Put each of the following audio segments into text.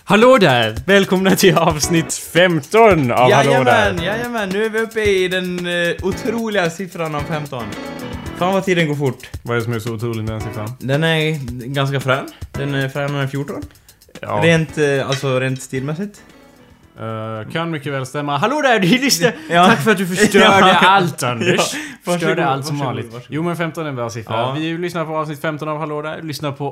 Hallå där! Välkomna till avsnitt 15 av Hallå där! Jajamän, nu är vi uppe i den otroliga siffran av 15. Fan vad tiden går fort. Vad är det som är så otroligt med den siffran? Den är ganska frän. Den är fränare än 14. Ja. Rent stilmässigt. Kan mycket väl stämma. Hallå där, du lyssnar! Ja. Tack för att du förstörde allt, Anders. Ja. Förstörde allt som Varsågod, vanligt. varsågod. Jo, men 15 är en bra siffra. Ja. Vi lyssnar på avsnitt 15 av Hallå där. Lyssnar på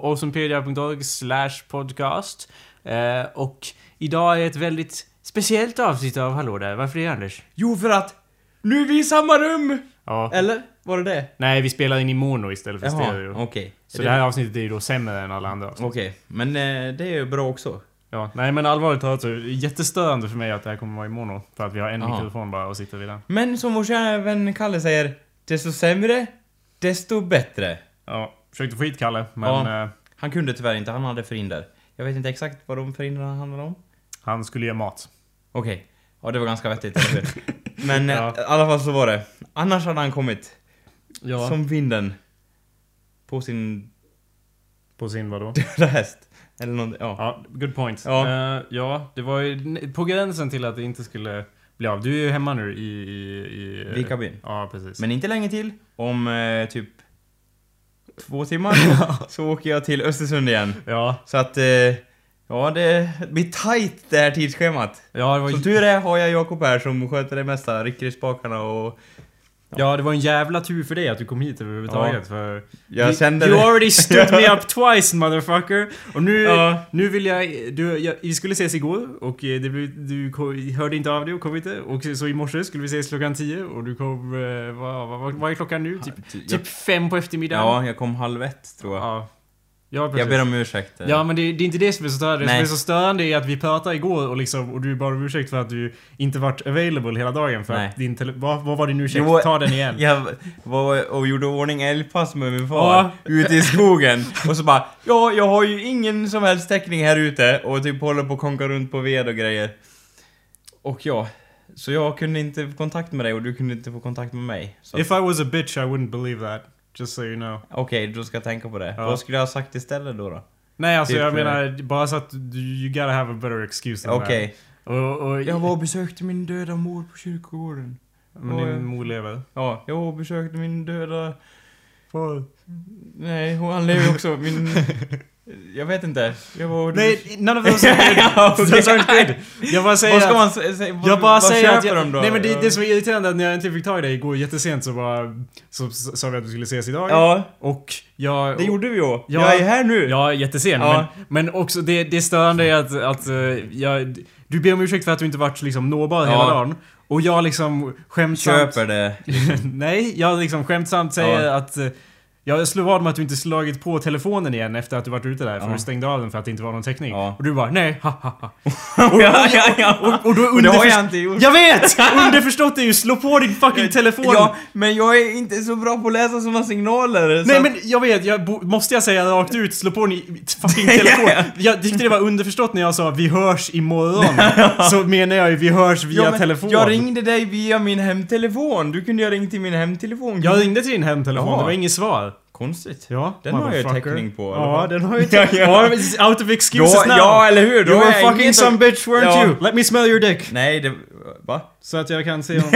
awesomepedia.org/podcast. Och idag är ett väldigt speciellt avsnitt av Hallå där. Varför det, Anders? Jo, för att nu är vi i samma rum! Ja. Eller? Var det det? Nej, vi spelar in i mono istället för stereo. Okej. Så det här avsnittet är ju då sämre än alla andra avsnitt. Okej, men det är ju bra också. Ja, nej men allvarligt talat så är det jättestörande för mig att det här kommer vara i mono. För att vi har en Aha. mikrofon bara och sitter vid den. Men som vår kära vän Kalle säger, desto sämre, desto bättre. Ja, försökte få hit Kalle, men Han kunde tyvärr inte, han hade förhinder. Jag vet inte exakt vad de förhindrarna handlar om. han skulle ge mat. Okej. Ja, det var ganska vettigt, eller hur? Men Ja. i alla fall så var det. Annars hade han kommit. Ja. Som vinden. På sin På sin vadå? döda häst. Eller något, ja. Ja, good point. Ja. Ja, det var ju på gränsen till att det inte skulle bli av. Du är ju hemma nu i Vikabyn. Ja, precis. Men inte länge till. Om typ 2 timmar så åker jag till Östersund igen. Ja, Så att, ja, det blir tight det här tidsschemat. ja, det var Som tur är har jag Jakob här som sköter det mesta. Rycker i spakarna och... Ja, det var en jävla tur för dig att du kom hit överhuvudtaget. För Jag kände you det. already stood me up twice, motherfucker. Och nu, Ja. nu vill vi skulle ses igår och du hörde inte av dig och kom inte. Och så i morse skulle vi ses klockan 10 och du kom, vad är klockan nu? Typ 5 på eftermiddagen. Ja, jag kom 12:30 tror jag. Ja, precis. Jag ber om ursäkt. Ja, men det är inte det som är så störande. Det som Nej. är så störande är att vi pratade igår och du bara om ursäkt för att du inte varit available hela dagen. För Nej. att vad var din ursäkt? Jo, Ta den igen. Jag var och gjorde ordning älgpass med min far ute i skogen. Och så bara, ja, jag har ju ingen som helst täckning här ute. Och typ håller på att konka runt på ved och grejer. Och ja, så jag kunde inte få kontakt med dig och du kunde inte få kontakt med mig. Så If I was a bitch I wouldn't believe that. Just so you know. okej, då ska jag tänka på det. Ja. Vad skulle jag ha sagt istället då? Nej, alltså Typ, jag menar bara så att you gotta have a better excuse than Okej. that. Och Jag var och besökte min döda mor på kyrkogården. men din mor lever. Ja, jag var och besökte min döda... Nej, han lever också. Jag vet inte. Jag var... Nej, none of those are good. Ja, okej. Those aren't good. Jag bara säger Vad ska att... man säga? Jag bara säger att köper de då? nej men det som är irriterande är att när jag inte fick tag i dig igår jättesent så sa vi att vi skulle ses idag. Ja, Och jag... det gjorde vi ju. Ja. Jag är här nu. Ja, jättesen. Ja. Men också det störande är att du ber om ursäkt för att du inte varit liksom nåbar hela dagen. Och jag liksom skämtsamt... Köper det. Nej, jag liksom skämtsamt säger att... Jag slår vad om att du inte slagit på telefonen igen efter att du varit ute där. För du stängde av den för att det inte var någon täckning. Ja. Och du bara, nej, ha ha ha. Och då det har jag inte gjort. Jag vet! Underförstått är ju, slå på din fucking telefon. Ja, men jag är inte så bra på att läsa såna signaler. Nej så... men jag vet, måste jag säga rakt ut, slå på din fucking telefon. Jag tyckte det var underförstått när jag sa vi hörs imorgon. Så menar jag ju vi hörs via men telefon. Jag ringde dig via min hemtelefon. Du kunde ju ha ringt till min hemtelefon. Jag ringde till din hemtelefon, Ja. det var inget svar. Konstigt. Ja, Den har jag motherfucker. täckning på. eller Ja, vad? den har ju Ja, ja. ja. Out of excuses now. Ja, eller hur? Då You är were jag fucking inget- some bitch, weren't Ja. you? Let me smell your dick. Nej, det... Va? Så att jag kan se om...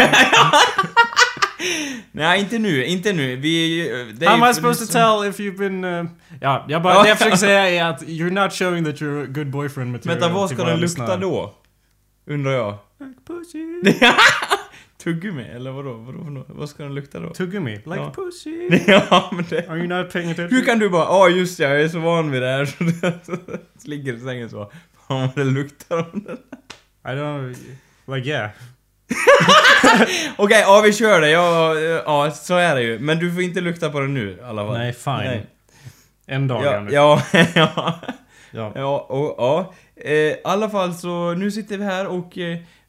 Nej, inte nu. Vi... det How är- am I supposed to tell if you've been... Ja, det jag försöker säga är att you're not showing that you're a good boyfriend material. Vänta, vad till ska våra den lukta lyssnare. då? Undrar jag. Like pussy. Tuggummi, eller vadå? Vad ska den lukta då? Tuggummi. Like Ja. pussy. Ja, men det... Are you not paying attention? Hur kan du bara, just det, jag är så van vid det här så ligger i sängen så. Fan vad det luktar om den. I don't... Like yeah. Okej, ja vi kör det. Ja, så är det ju. Men du får inte lukta på den nu i alla fall. Nej, fine. Nej. En dag, Ja, Anders. ja. Ja. Ja, och ja. I alla fall så nu sitter vi här och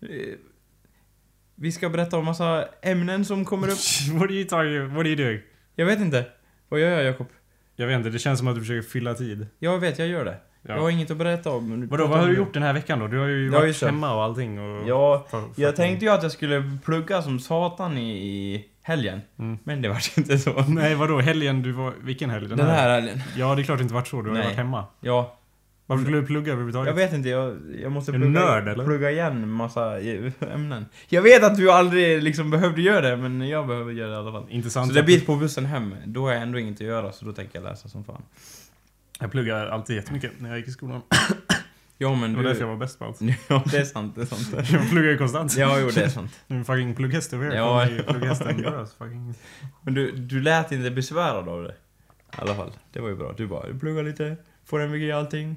vi ska berätta om massa ämnen som kommer upp. What are you doing? Jag vet inte. Vad gör jag, Jakob? Jag vet inte, det känns som att du försöker fylla tid. Jag vet, jag gör det. Ja. Jag har inget att berätta om. Men Vadå, vad har du gjort den här veckan då? Du har ju Ja, varit just det. hemma och allting och... Ja, Fucking- jag tänkte ju att jag skulle plugga som satan i helgen. Mm. Men det var inte så. Nej, vadå? Helgen du var... Vilken helg? Den här helgen. Ja, det är klart det inte varit så. Du har ju Nej. varit hemma. Ja. Varför skulle du plugga överhuvudtaget? Jag vet inte, jag måste plugga igen en massa ämnen. Jag vet att du aldrig liksom behövde göra det, men jag behöver göra det i alla fall. Intressant. Så det blir på bussen hem, då har jag ändå inget att göra, så då tänker jag läsa som fan. Jag pluggar alltid jättemycket när jag gick i skolan. Ja, men det var därför jag var bäst på allt. Ja, det är sant. Jag pluggar ju konstant. Ja, jo, det är sant. Nu fucking plugghäst över ja. plugghästen fucking... Men du lät inte besvärad av det. I alla fall, det var ju bra. Du bara, pluggar lite, får MVG i allting.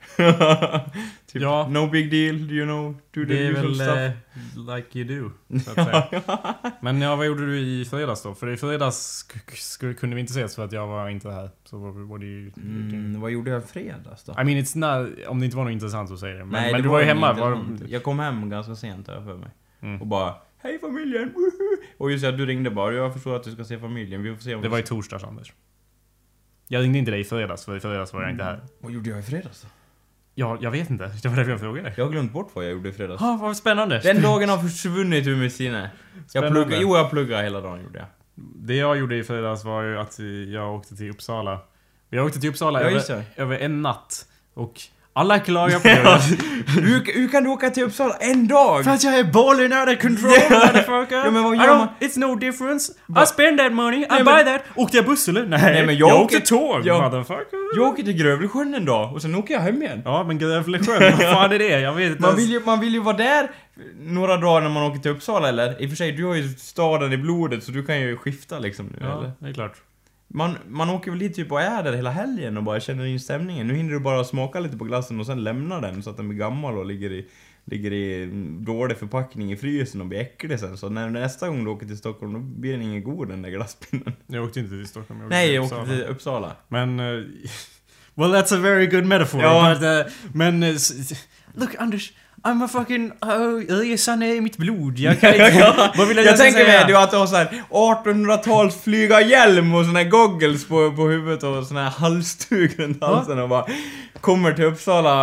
Typ, ja. No big deal, do you know? Det är väl like you do, så att säga. Men ja, vad gjorde du i fredags då? För i fredags kunde vi inte ses för att jag var inte här. Så var det ju... vad gjorde jag i fredags då? I mean, it's not, om det inte var något intressant så säger det. Men, nej, men du var ju hemma. Jag kom hem ganska sent här för mig. Och bara, hej familjen! Och just att du ringde bara, jag förstår att du ska se familjen. Vi får se om det var i torsdags, Anders. Jag ringde inte dig i fredags, för i fredags var jag inte här. Vad gjorde jag i fredags då? Ja, jag vet inte. Det var därför jag frågade. Jag har glömt bort vad jag gjorde i fredags. Vad spännande. Den dagen har försvunnit ur mitt sinne. Jag pluggade hela dagen, gjorde jag. Det jag gjorde i fredags var ju att jag åkte till Uppsala. Jag åkte till Uppsala över en natt. Och alla klagar på det. Hur kan du åka till Uppsala en dag? För att jag är balling out of control, motherfucker. Ja, men vad gör man? It's no difference. I spend that money, I buy that. Åkte jag buss eller? Nej, men jag åkte tåg, motherfucker. Jag åker till Grövelsjön en dag och sen åker jag hem igen. Ja, men Grövelsjön, vad fan är det? Jag vet inte. Man vill ju vara där några dagar när man åker till Uppsala, eller? I och för sig, du har ju staden i blodet så du kan ju skifta liksom nu, ja, eller? Det är klart. Man åker väl dit typ och är där hela helgen och bara känner in stämningen. Nu hinner du bara smaka lite på glassen och sen lämna den så att den blir gammal och ligger i dålig förpackning i frysen och blir äcklig sen. Så när nästa gång du åker till Stockholm då blir den ingen god, den där glasspinnen. Jag åkte inte till Stockholm. Jag åkte till Uppsala. Men... well, that's a very good metaphor. Ja. But, men... look, Anders... I'm a fucking... resan är i mitt blod. Jag kan inte... Vad vill jag tänker med du att du har så här 1800-tals flygarhjälm och såna här goggles på huvudet och såna här halsduk runt halsen och bara kommer till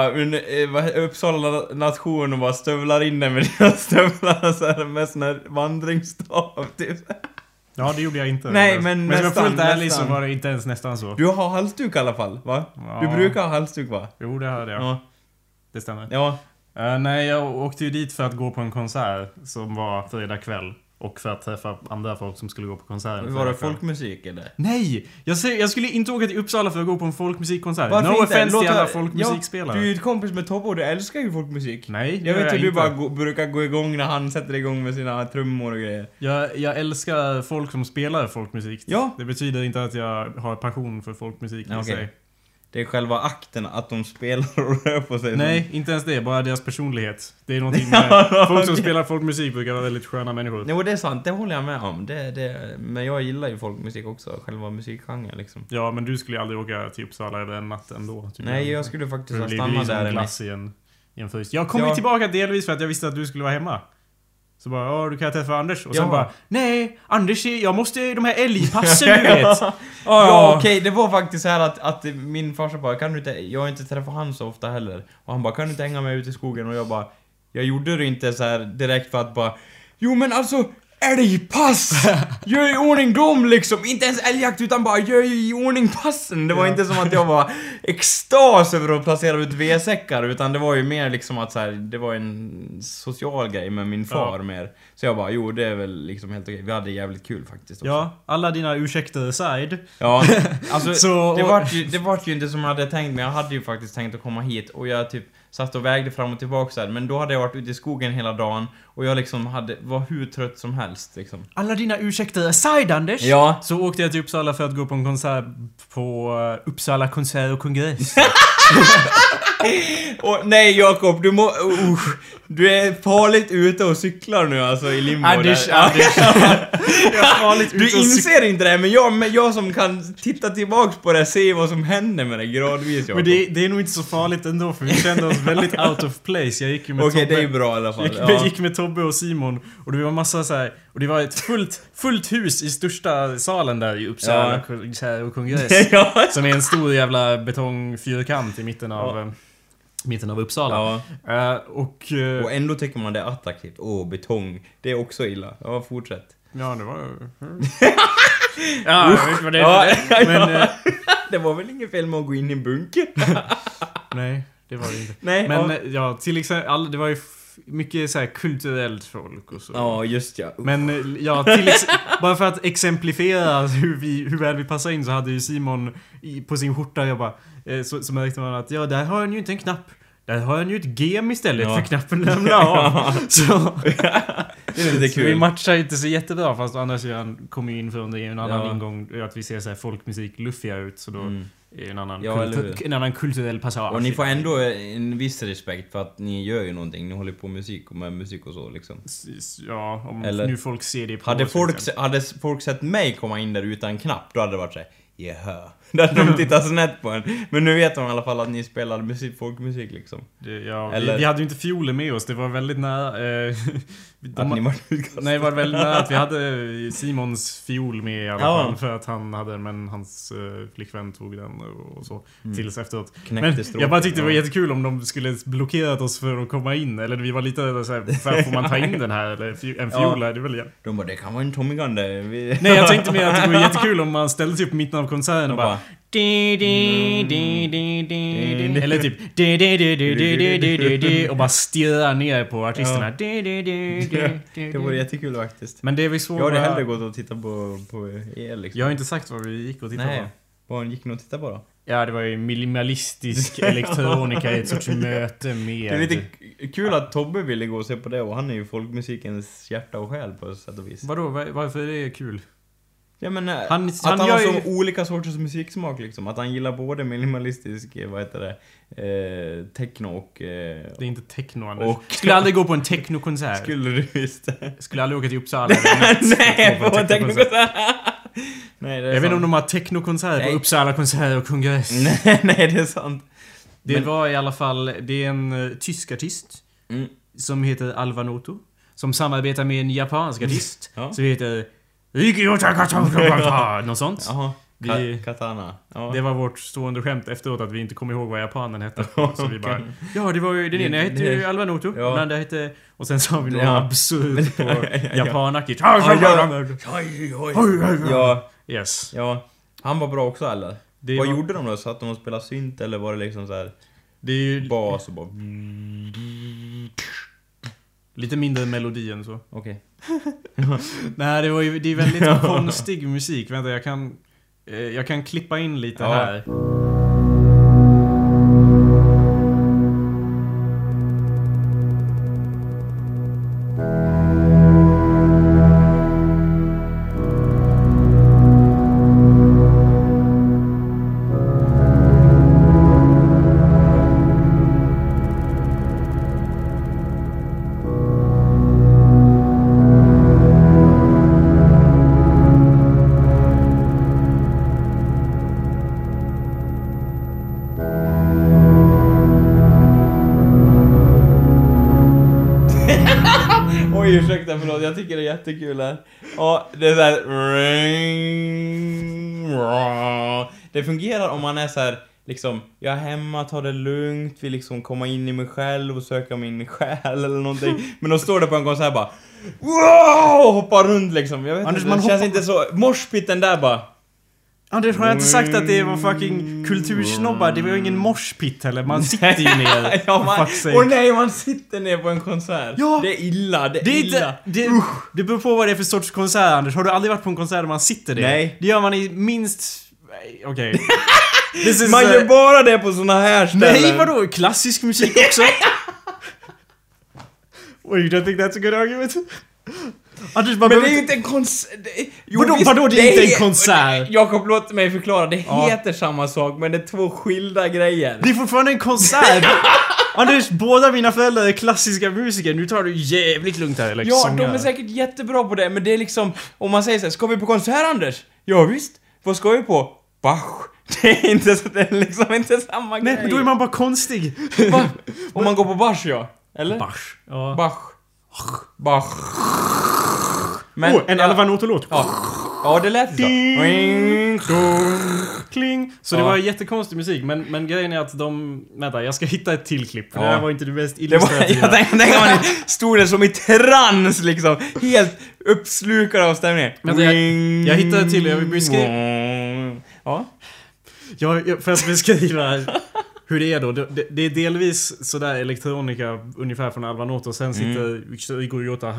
Uppsala nation och bara stövlar in den med dina stövlar så här, med sån här vandringsstav typ. Ja, det gjorde jag inte. Nej, men som jag fullt ärlig så var det inte ens nästan så. Du har halsduk i alla fall, va? Ja. Du brukar ha halsduk, va? Jo, det hade jag. Ja. Det stämmer. Ja. Nej, jag åkte ju dit för att gå på en konsert som var fredag kväll. Och för att träffa andra folk som skulle gå på konserten. Var det folkmusik eller? Nej! Jag skulle inte åka till Uppsala för att gå på en folkmusikkonsert. Varför no inte? offense till alla folkmusikspelare. Du är ju ett kompis med Tobbe och du älskar ju folkmusik. Nej, jag vet hur du bara brukar gå igång när han sätter igång med sina trummor och grejer. Jag älskar folk som spelar folkmusik. Ja. Det betyder inte att jag har passion för folkmusik i sig. Det är själva akten att de spelar och rör på sig. Nej, inte ens det. Bara deras personlighet. Det är någonting med... folk som spelar folkmusik brukar vara väldigt sköna människor. Jo, det är sant. Det håller jag med om. Men jag gillar ju folkmusik också. Själva musikgenren liksom. Ja, men du skulle ju aldrig åka till Uppsala över en natt ändå. Nej, jag skulle faktiskt ha stannat där. En glass i en frys. Jag kom ju tillbaka delvis för att jag visste att du skulle vara hemma. Så bara, du kan träffa Anders. Och sen bara, nej, Anders, jag måste de här älgpassen, du vet. Okej, det var faktiskt så här att min farsa bara, jag har inte träffat han så ofta heller. Och han bara, kan du inte hänga med ut i skogen? Och jag bara, jag gjorde det inte så här direkt för att bara, jo men alltså, älgpass! Gör i ordning dem liksom. Inte ens älgjakt utan bara gör i ordning passen. Det var inte som att jag var extas över att placera ut V-säckar, utan det var ju mer liksom att så här, det var en social grej med min far mer. Så jag bara, jo det är väl liksom helt okej. Vi hade jävligt kul faktiskt också. Ja, alla dina ursäkter side. Ja, alltså så, det var ju inte som jag hade tänkt, men jag hade ju faktiskt tänkt att komma hit och jag typ satt och vägde fram och tillbaka så här, men då hade jag varit ute i skogen hela dagen och jag liksom var hur trött som helst liksom. Alla dina ursäkter aside, Anders. Ja. Så åkte jag till Uppsala för att gå på en konsert på Uppsala konsert och kongress. Och nej Jakob, du är farligt ute och cyklar nu alltså i limbo. Anders. Du inser inte det, men jag som kan titta tillbaks på det, se vad som händer med det gradvis, Jakob. Men det är nog inte så farligt ändå, för vi kände oss väldigt out of place. Jag gick ju med Tobbe. Okej, det är bra i alla fall. Jag gick med Tobbe och Simon och det var massa så här, och det var ett fullt hus i största salen där i Uppsala och kongress. Som är en stor jävla betongfyrkant i mitten av Uppsala. Och ändå tycker man det är attraktivt. Betong. Det är också illa. Ja, fortsätt. Ja, det var... jag vet vad det är. Men, det var väl inget fel med att gå in i en bunker? Nej, Det var det inte. Nej, men ja, till exempel, det var ju mycket så här kulturellt folk och så. Ja, just ja. Men ja, bara för att exemplifiera hur väl vi passar in, så hade ju Simon på sin skjorta, jag bara, så märkte man att där har han ju inte en knapp. Där har han ju ett gem istället för knappen lämna av. Så det är lite kul. Vi matchar inte så jättebra, fast annars kommer ju in från det en annan ingång, att vi ser så här folkmusik luffiga ut, så då är en annan kulturell passage. Och ni får ändå en viss respekt för att ni gör ju någonting, ni håller på med musik och så liksom. Ja, om nu folk ser det på. Hade folk sett mig komma in där utan knapp, då hade det varit så här, jaha. Där de tittar snett på en. Men nu vet de i alla fall att ni spelar folkmusik liksom. Vi hade ju inte fioler med oss, det var väldigt nära. Nej, det var väldigt nära att vi hade Simons fiol med i alla fall, för att han hade, men hans flickvän tog den och så tills efteråt. Men jag bara tyckte det var jättekul om de skulle blockerat oss för att komma in, eller vi var lite så här, får man ta in den här eller en fiol här, det är väl de bara, det kan vara en Tommy Gun. Nej, jag tänkte mer att det var jättekul om man ställde sig upp i mitten av konserten och bara eller typ och bara stirrar ner på artisterna. Det var jättekul faktiskt. Men det är vi svåra. Jag hade hellre gått och tittat på er liksom. Jag har inte sagt vad vi gick och tittade på. Vad gick ni och tittade på då? Ja, det var ju minimalistisk elektronika i ett sorts möte med... Det är lite kul att Tobbe ville gå och se på det, och han är ju folkmusikens hjärta och själ på sätt och vis. Vadå? Varför är det kul? Ja, men att han har så olika sorters musiksmak liksom. Att han gillar både minimalistisk, techno och... Det är inte techno, Anders. Skulle aldrig gå på en technokonsert. Skulle du visst. Skulle aldrig åka till Uppsala. Nej, på en technokonsert. Nej, jag vet inte om de har technokonserter på Uppsala konsert och kongress. Nej, det är sant. Det var i alla fall, det är en tysk artist som heter Alva Noto, som samarbetar med en japansk artist som heter något sånt. Jaha, Katana. Ja. Det var vårt stående skämt efteråt att vi inte kommer ihåg vad japanen hette. Så vi bara, det var ju den ena hette ju Alva Noto, den andra hette, och sen sa vi något absurt på japanakigt. Yes. Ja, han var bra också, eller? Vad gjorde de då? Så att de spelade synt, eller var det liksom så här? Det är ju bas och bara lite mindre melodi än så. Okej. Nej, det är väldigt konstig musik. Vänta, jag kan klippa in lite här. Ursäkta, förlåt, jag tycker det är jättekul här. Ja, det är så här. Det fungerar om man är så här, liksom, jag är hemma, tar det lugnt, vill liksom komma in i mig själv och söka min själ eller någonting. Men då står det på en konsert bara, wow, hoppar runt liksom. Jag vet Anders, inte, det känns inte så, morspitten där bara. Anders, har jag inte sagt att det var fucking kultursnobbar? Det var ju ingen morspitt heller, man sitter ju ner. Nej, man sitter ner på en konsert. Ja. Det är illa, det är illa. Det beror på vad det är för sorts konsert, Anders. Har du aldrig varit på en konsert där man sitter ner? Nej. Det gör man i minst... Okej. Man gör bara det på såna här ställen. Nej, vadå? Klassisk musik också? Well, you don't think that's a good argument? Anders, men det är ju inte en konsert. Vadå det är inte en konsert? Jakob, låt mig förklara. Det heter samma sak, men det är två skilda grejer. Det är fortfarande en konsert. Anders, båda mina föräldrar är klassiska musiker. Nu tar du jävligt lugnt här, eller? Ja, de är säkert jättebra på det. Men det är liksom, om man säger så här, ska vi på konsert, Anders? Ja, visst. Vad ska vi på? Bach. Det är inte så, det är liksom inte samma grej. Nej, men då är man bara konstig. Om man går på Bach, ja. Eller? Bach. Ja. Bach. Men, en Alva Noto-låt. Ja, det lät så. Kling. Så det var jättekonstig musik. Men grejen är att vänta, jag ska hitta ett till klipp. För det här var inte det mest illustrativa. Jag tänker man stod där som i trans liksom. Helt uppslukad av stämningen. Jag hittade ett till, jag vill beskriva. Ja. För att beskriva hur det är då. Det är delvis sådär elektronika ungefär från Alva Noto. Sen sitter Igor Jota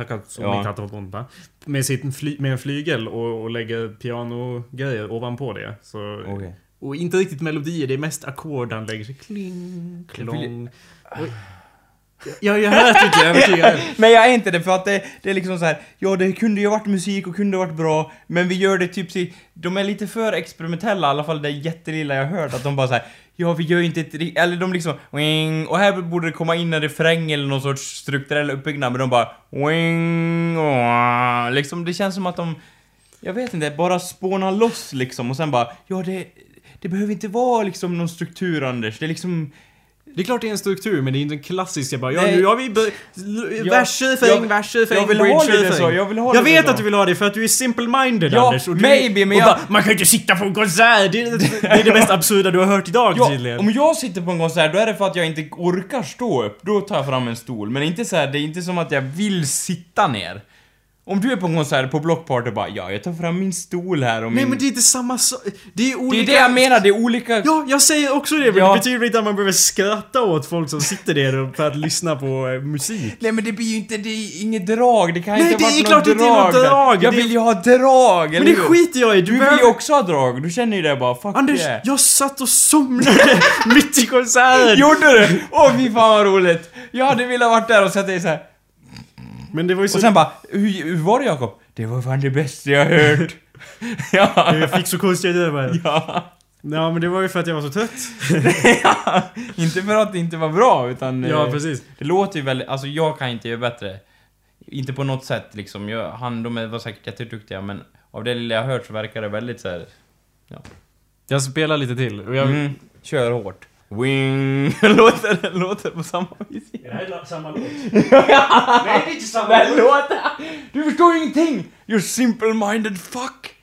med en flygel och lägger pianogrejer ovanpå det. Så, och inte riktigt melodier, det är mest ackord han lägger sig. Kling, klong. Jag hör inte övertygad. Men jag är inte det, för att det är liksom så här. Ja, det kunde ju varit musik och kunde varit bra, men vi gör det typ de är lite för experimentella, i alla fall det jättelilla jag hört, att de bara så här. Ja, vi gör ju inte eller de liksom wing, och här borde det komma in en refräng eller någon sorts strukturell uppbyggnad, men de bara wing, liksom det känns som att de, jag vet inte, bara spånar loss liksom, och sen bara, ja, det behöver inte vara liksom någon struktur, Anders. Det är liksom, det är klart det är en struktur, men det är inte en klassisk bara, verser, jag vill ha det så. Jag vet att du vill ha det för att du är simple-minded, Anders. Och maybe, men man kan inte sitta på en konsert. Det är det mest absurda du har hört idag, tydligen. Om jag sitter på en konsert, då är det för att jag inte orkar stå upp. Då tar jag fram en stol. Men inte så här, det är inte som att jag vill sitta ner. Om du är på en konsert på Blockparty bara, ja, jag tar fram min stol här och Nej, men det är inte samma det är olika. Det är det jag menar, det är olika. Ja, jag säger också det, men det betyder inte att man behöver skratta åt folk som sitter där för att lyssna på musik. Nej, men det blir ju inte, det är inget drag. Det kan inte vara något drag. Nej, det är klart det är något drag. Jag vill ju ha drag. Men det skiter jag i. Du vill ju också ha drag. Du känner ju det bara, fuck Anders, yeah. jag satt och somnade mitt i konserten. Gjorde du? Åh, fy fan vad roligt. Jag hade velat varit där och sett dig så här. Men det var ju så... Och sen bara, hur var det, Jakob? Det var fan det bästa jag hört. Ja. Jag fick så konstiga idéer bara. Ja. Ja, men det var ju för att jag var så trött. Ja, inte för att det inte var bra, utan... Ja, precis. Det låter ju väldigt... Alltså, jag kan inte göra bättre. Inte på något sätt, liksom. De var säkert jätteduktiga, men av det lilla jag hört så verkar det väldigt så här. Ja. Jag spelar lite till. Och jag... Kör hårt. Wing. låter på samma vis. Det här är samma låt. Nej, det är inte samma låt. Du förstår ingenting. You simple-minded fuck.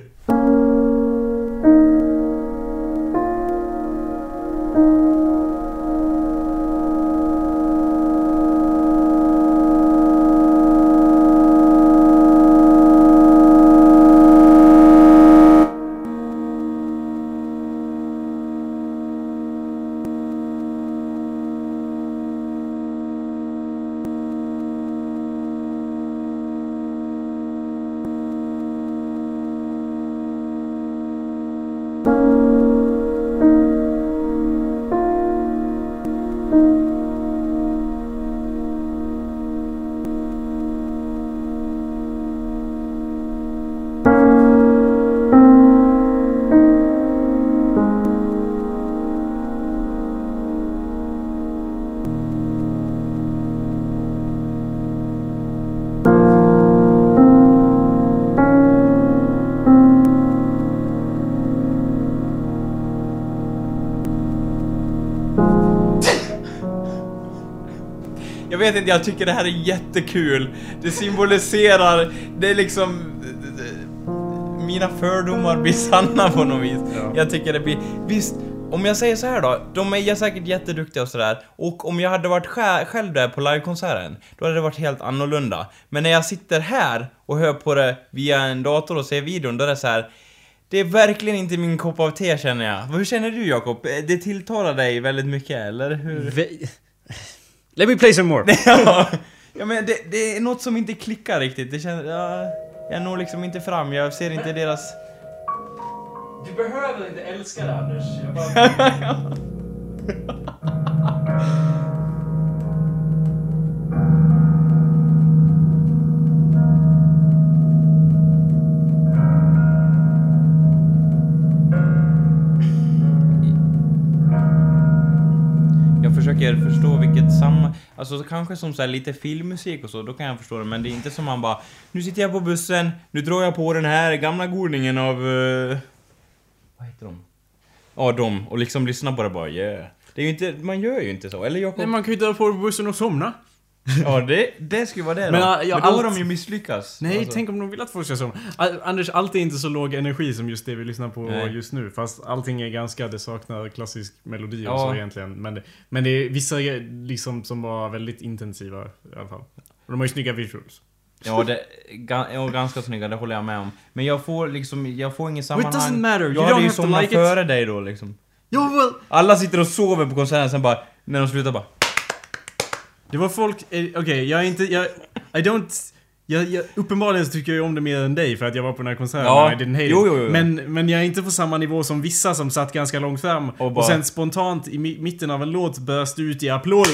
Jag vet inte, jag tycker det här är jättekul. Det symboliserar, det är liksom... Mina fördomar blir sanna på något vis. Ja. Jag tycker det blir... Visst, om jag säger så här då, de är säkert jätteduktiga och sådär. Och om jag hade varit själv där på livekonserten, då hade det varit helt annorlunda. Men när jag sitter här och hör på det via en dator och ser videon, då är det så här... Det är verkligen inte min kopp av te, känner jag. Hur känner du, Jakob? Det tilltalar dig väldigt mycket, eller hur? Let me play some more. Ja, men det är något som inte klickar riktigt. Det känns... jag når liksom inte fram. Jag ser inte deras... Du behöver inte älska det, Anders. Jag bara... Jag försöker förstå vilket alltså kanske som så här lite filmmusik och så, då kan jag förstå det, men det är inte som man bara, nu sitter jag på bussen, nu drar jag på den här gamla godingen av vad heter de? Ja, de, och liksom lyssna på det bara, yeah. Det är ju inte, man gör ju inte så, eller Jakob? Nej, man kan ju dra på bussen och somna. Ja, det skulle vara det då. Men då har de ju misslyckats. Nej, tänk om de vill att folk ska somna. Anders, allt är inte så låg energi som just det vi lyssnar på just nu. Fast allting är ganska, det saknar klassisk melodi och så egentligen. Men det är vissa liksom som var väldigt intensiva i alla fall. Och de har ju snygga visuals. Ja, det är ganska snygga, det håller jag med om. Men jag får ingen sammanhang. It doesn't matter. Jag hade ju somnat före dig då liksom. Alla sitter och sover på konserten, sen bara, när de slutar bara... Det var folk... Okej, jag är inte... I don't... uppenbarligen så tycker jag om det mer än dig för att jag var på den här konserten. Ja. I didn't hate Jo. it. Men jag är inte på samma nivå som vissa som satt ganska långt fram och sen spontant i mitten av en låt börst ut i applåder.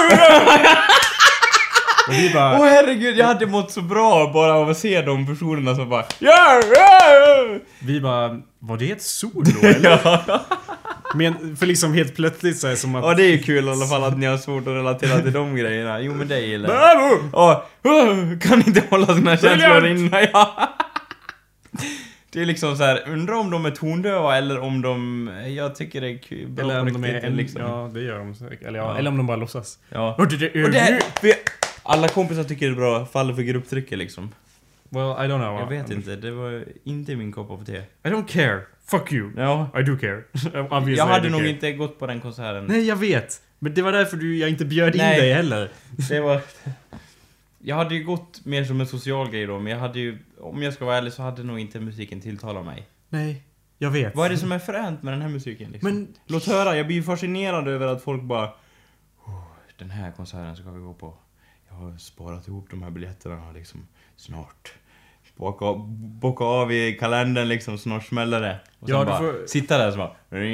Och vi bara... Åh herregud, jag hade mått så bra bara av att se de personerna som bara... Vi bara... Var det ett solo eller? Men för liksom helt plötsligt så är det som att... Ja, det är ju kul i alla fall att ni har svårt att relatera till de grejerna. Jo, men det gillar jag. Kan inte hålla sina känslor inne. Ja. Det är liksom så här, undrar om de är tondöva eller om de... Jag tycker det är kul. Eller om de är liksom. Ja, det gör de säkert. Eller om de bara låtsas. Ja. Och alla kompisar tycker det är bra, faller för grupptrycket liksom. Well, I don't know. Jag vet inte, det var inte min kopp av te. I don't care. Fuck you. Ja. I do care. Jag hade nog inte gått på den konserten. Nej, jag vet. Men det var därför jag inte bjöd in dig heller. Det var... Jag hade ju gått mer som en social grej då, men jag hade ju... Om jag ska vara ärlig så hade nog inte musiken tilltalat mig. Nej, jag vet. Vad är det som är fränt med den här musiken liksom? Men... Låt höra, jag blir fascinerad över att folk bara... den här konserten ska vi gå på. Jag har sparat ihop de här biljetterna liksom snart. Bocka av i kalendern liksom, snart smäller det. Och sen bara får... sitta där så bara...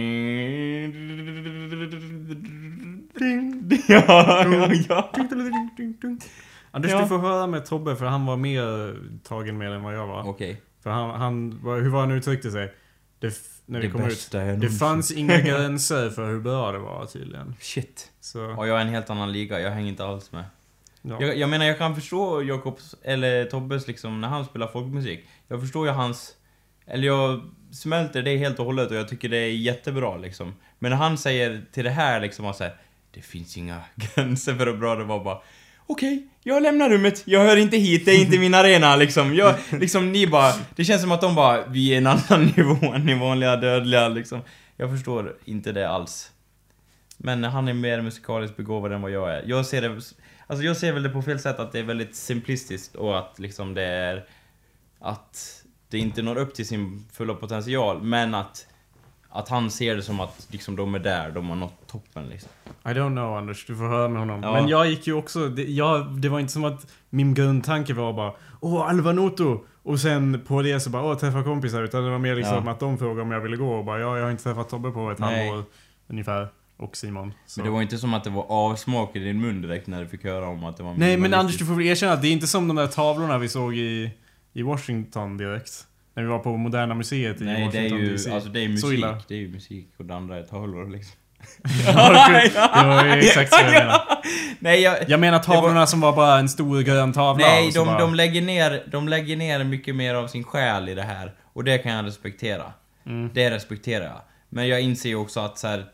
Anders, du får höra med Tobbe, för han var mer tagen med än vad jag var. Okej. För hur var han uttryckte sig? När vi kom ut. Det fanns inga gränser för hur bra det var tydligen. Shit. Så. Och jag är en helt annan liga, jag hänger inte alls med. Ja. Jag menar, jag kan förstå Jakobs eller Tobbes liksom, när han spelar folkmusik. Jag förstår ju hans... Eller jag smälter det helt och hållet och jag tycker det är jättebra liksom. Men när han säger till det här liksom att säga, det finns inga gränser för hur bra det var, bara... Okej, jag lämnar rummet, jag hör inte hit, det är inte min arena liksom. Ni bara, det känns som att de bara, vi är en annan nivå än i vanliga dödliga liksom. Jag förstår inte det alls. Men han är mer musikaliskt begåvad än vad jag är. Jag ser väl det på fel sätt, att det är väldigt simplistiskt och att liksom det är att det inte når upp till sin fulla potential, men att han ser det som att liksom de är där, de har nått toppen liksom. I don't know, Anders, du får höra med honom. Ja. Men jag gick ju också, det var inte som att min grundtanke var bara Alva Noto, och sen på det så bara träffa kompisar, utan det var mer liksom att de frågade om jag ville gå och bara jag har inte träffat Tobbe på ett halvår ungefär. Och Simon. Så. Men det var inte som att det var avsmak i din mun direkt när du fick höra om att det var... Nej, men Anders, du får väl erkänna att det är inte som de där tavlorna vi såg i Washington direkt. När vi var på Moderna Museet i Washington. Nej, det är ju DC. alltså det är musik. Det är ju musik och det andra är tavlor liksom. Det var ju exakt så jag menar. Nej, jag menar tavlorna som var bara en stor grön tavla. Nej, de lägger ner mycket mer av sin själ i det här. Och det kan jag respektera. Det respekterar jag. Men jag inser ju också att så här...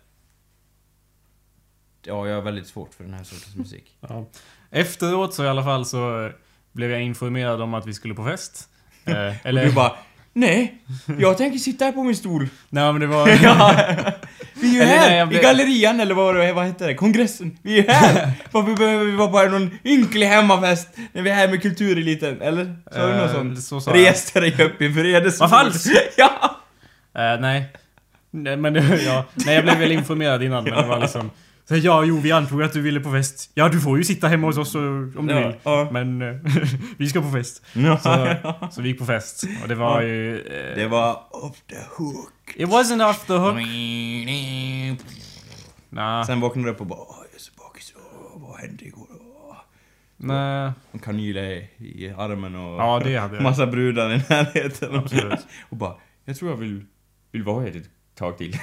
Ja, jag har väldigt svårt för den här sortens musik. Ja. Efteråt så i alla fall så blev jag informerad om att vi skulle på fest. Eller... Och du bara, nej, jag tänker sitta här på min stol. Nej, men det var... Vi är ju här, i gallerian, eller vad heter det? Kongressen. Vi är här. Varför behöver vi vara bara någon ynklig hemmafest när vi är här med kultureliten? Eller? Sa du något sånt? Reste dig upp i vredes. Vad falskt! Ja! Nej, men ja. Nej, jag blev väl informerad innan, men det var liksom... Så vi antog att du ville på fest. Ja, du får ju sitta hemma hos oss om du vill. Ja. Men vi ska på fest. Så vi gick på fest. Och det var ju... det var off the hook. It wasn't off the hook. Nah. Sen vaknade du upp och bara, jag är så bakis. Vad hände igår? Nej. En kanyl i armen och det hade jag. Massa brudar i närheten. Absolut. Och bara, jag tror jag vill vara här ett tag till.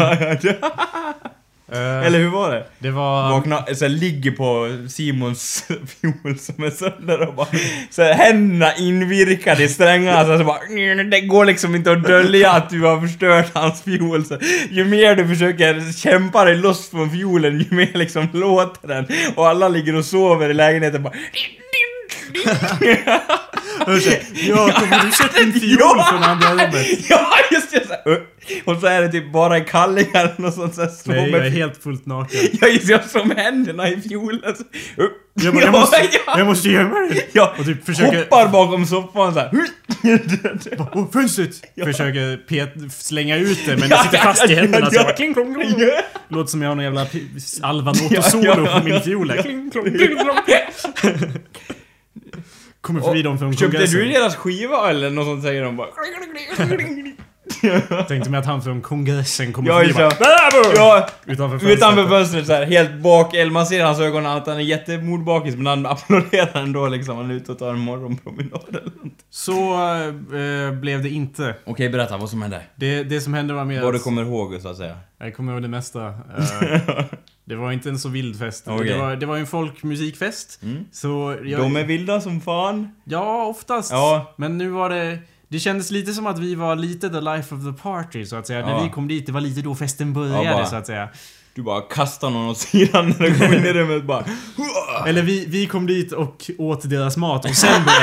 Eller hur var det? Det var... Vakna, så här, ligger på Simons fiol som är sönder och bara så här, händerna invirkade i strängarna så bara, det går liksom inte att dölja att du har förstört hans fiol. Så ju mer du försöker kämpa dig loss från fiolen, ju mer liksom låter den. Och alla ligger och sover i lägenheten bara... Ja, kommer du köpa en fiol från andra rummet? Ja, just det. Och så är det typ bara i kallingar och sånt så här. Nej, jag är helt fullt naken. Jag slår med händerna i fiolen. Jag måste gömma dig. Ja, och typ försöker... hoppar bakom soffan så här. Fönstret! Försöker slänga ut det, men det sitter fast i händerna så jag bara kling, klong, klong. Låter som jag har någon jävla Alva Noto-solo på min fiola. Kling, klong, kling, klong. Kommer förbi dem från köpte kongressen. du deras skiva eller något sånt, säger de bara. Tänkte mig att han från kongressen kommer Ja, förbi bara, ja, utanför fönstret så här, helt bak, eller man ser hans ögon att han är jättemordbakis, men han applåderar ändå liksom, han är ute och tar en morgonpromenad eller något. Så blev det inte. Okej, berätta vad som hände. Det som hände var mer vad du kommer ihåg så att säga. Jag kommer ihåg det mesta. Det var inte en så vild fest. Okay. Det var en folkmusikfest. Så de är vilda som fan. Ja, oftast. Ja. Men nu var det... Det kändes lite som att vi var lite the life of the party, så att säga. När vi kom dit, det var lite då festen började, så att säga. Du bara kastar någon åt sidan när du kommer in i rummet bara... Eller vi kom dit och åt deras mat och sen började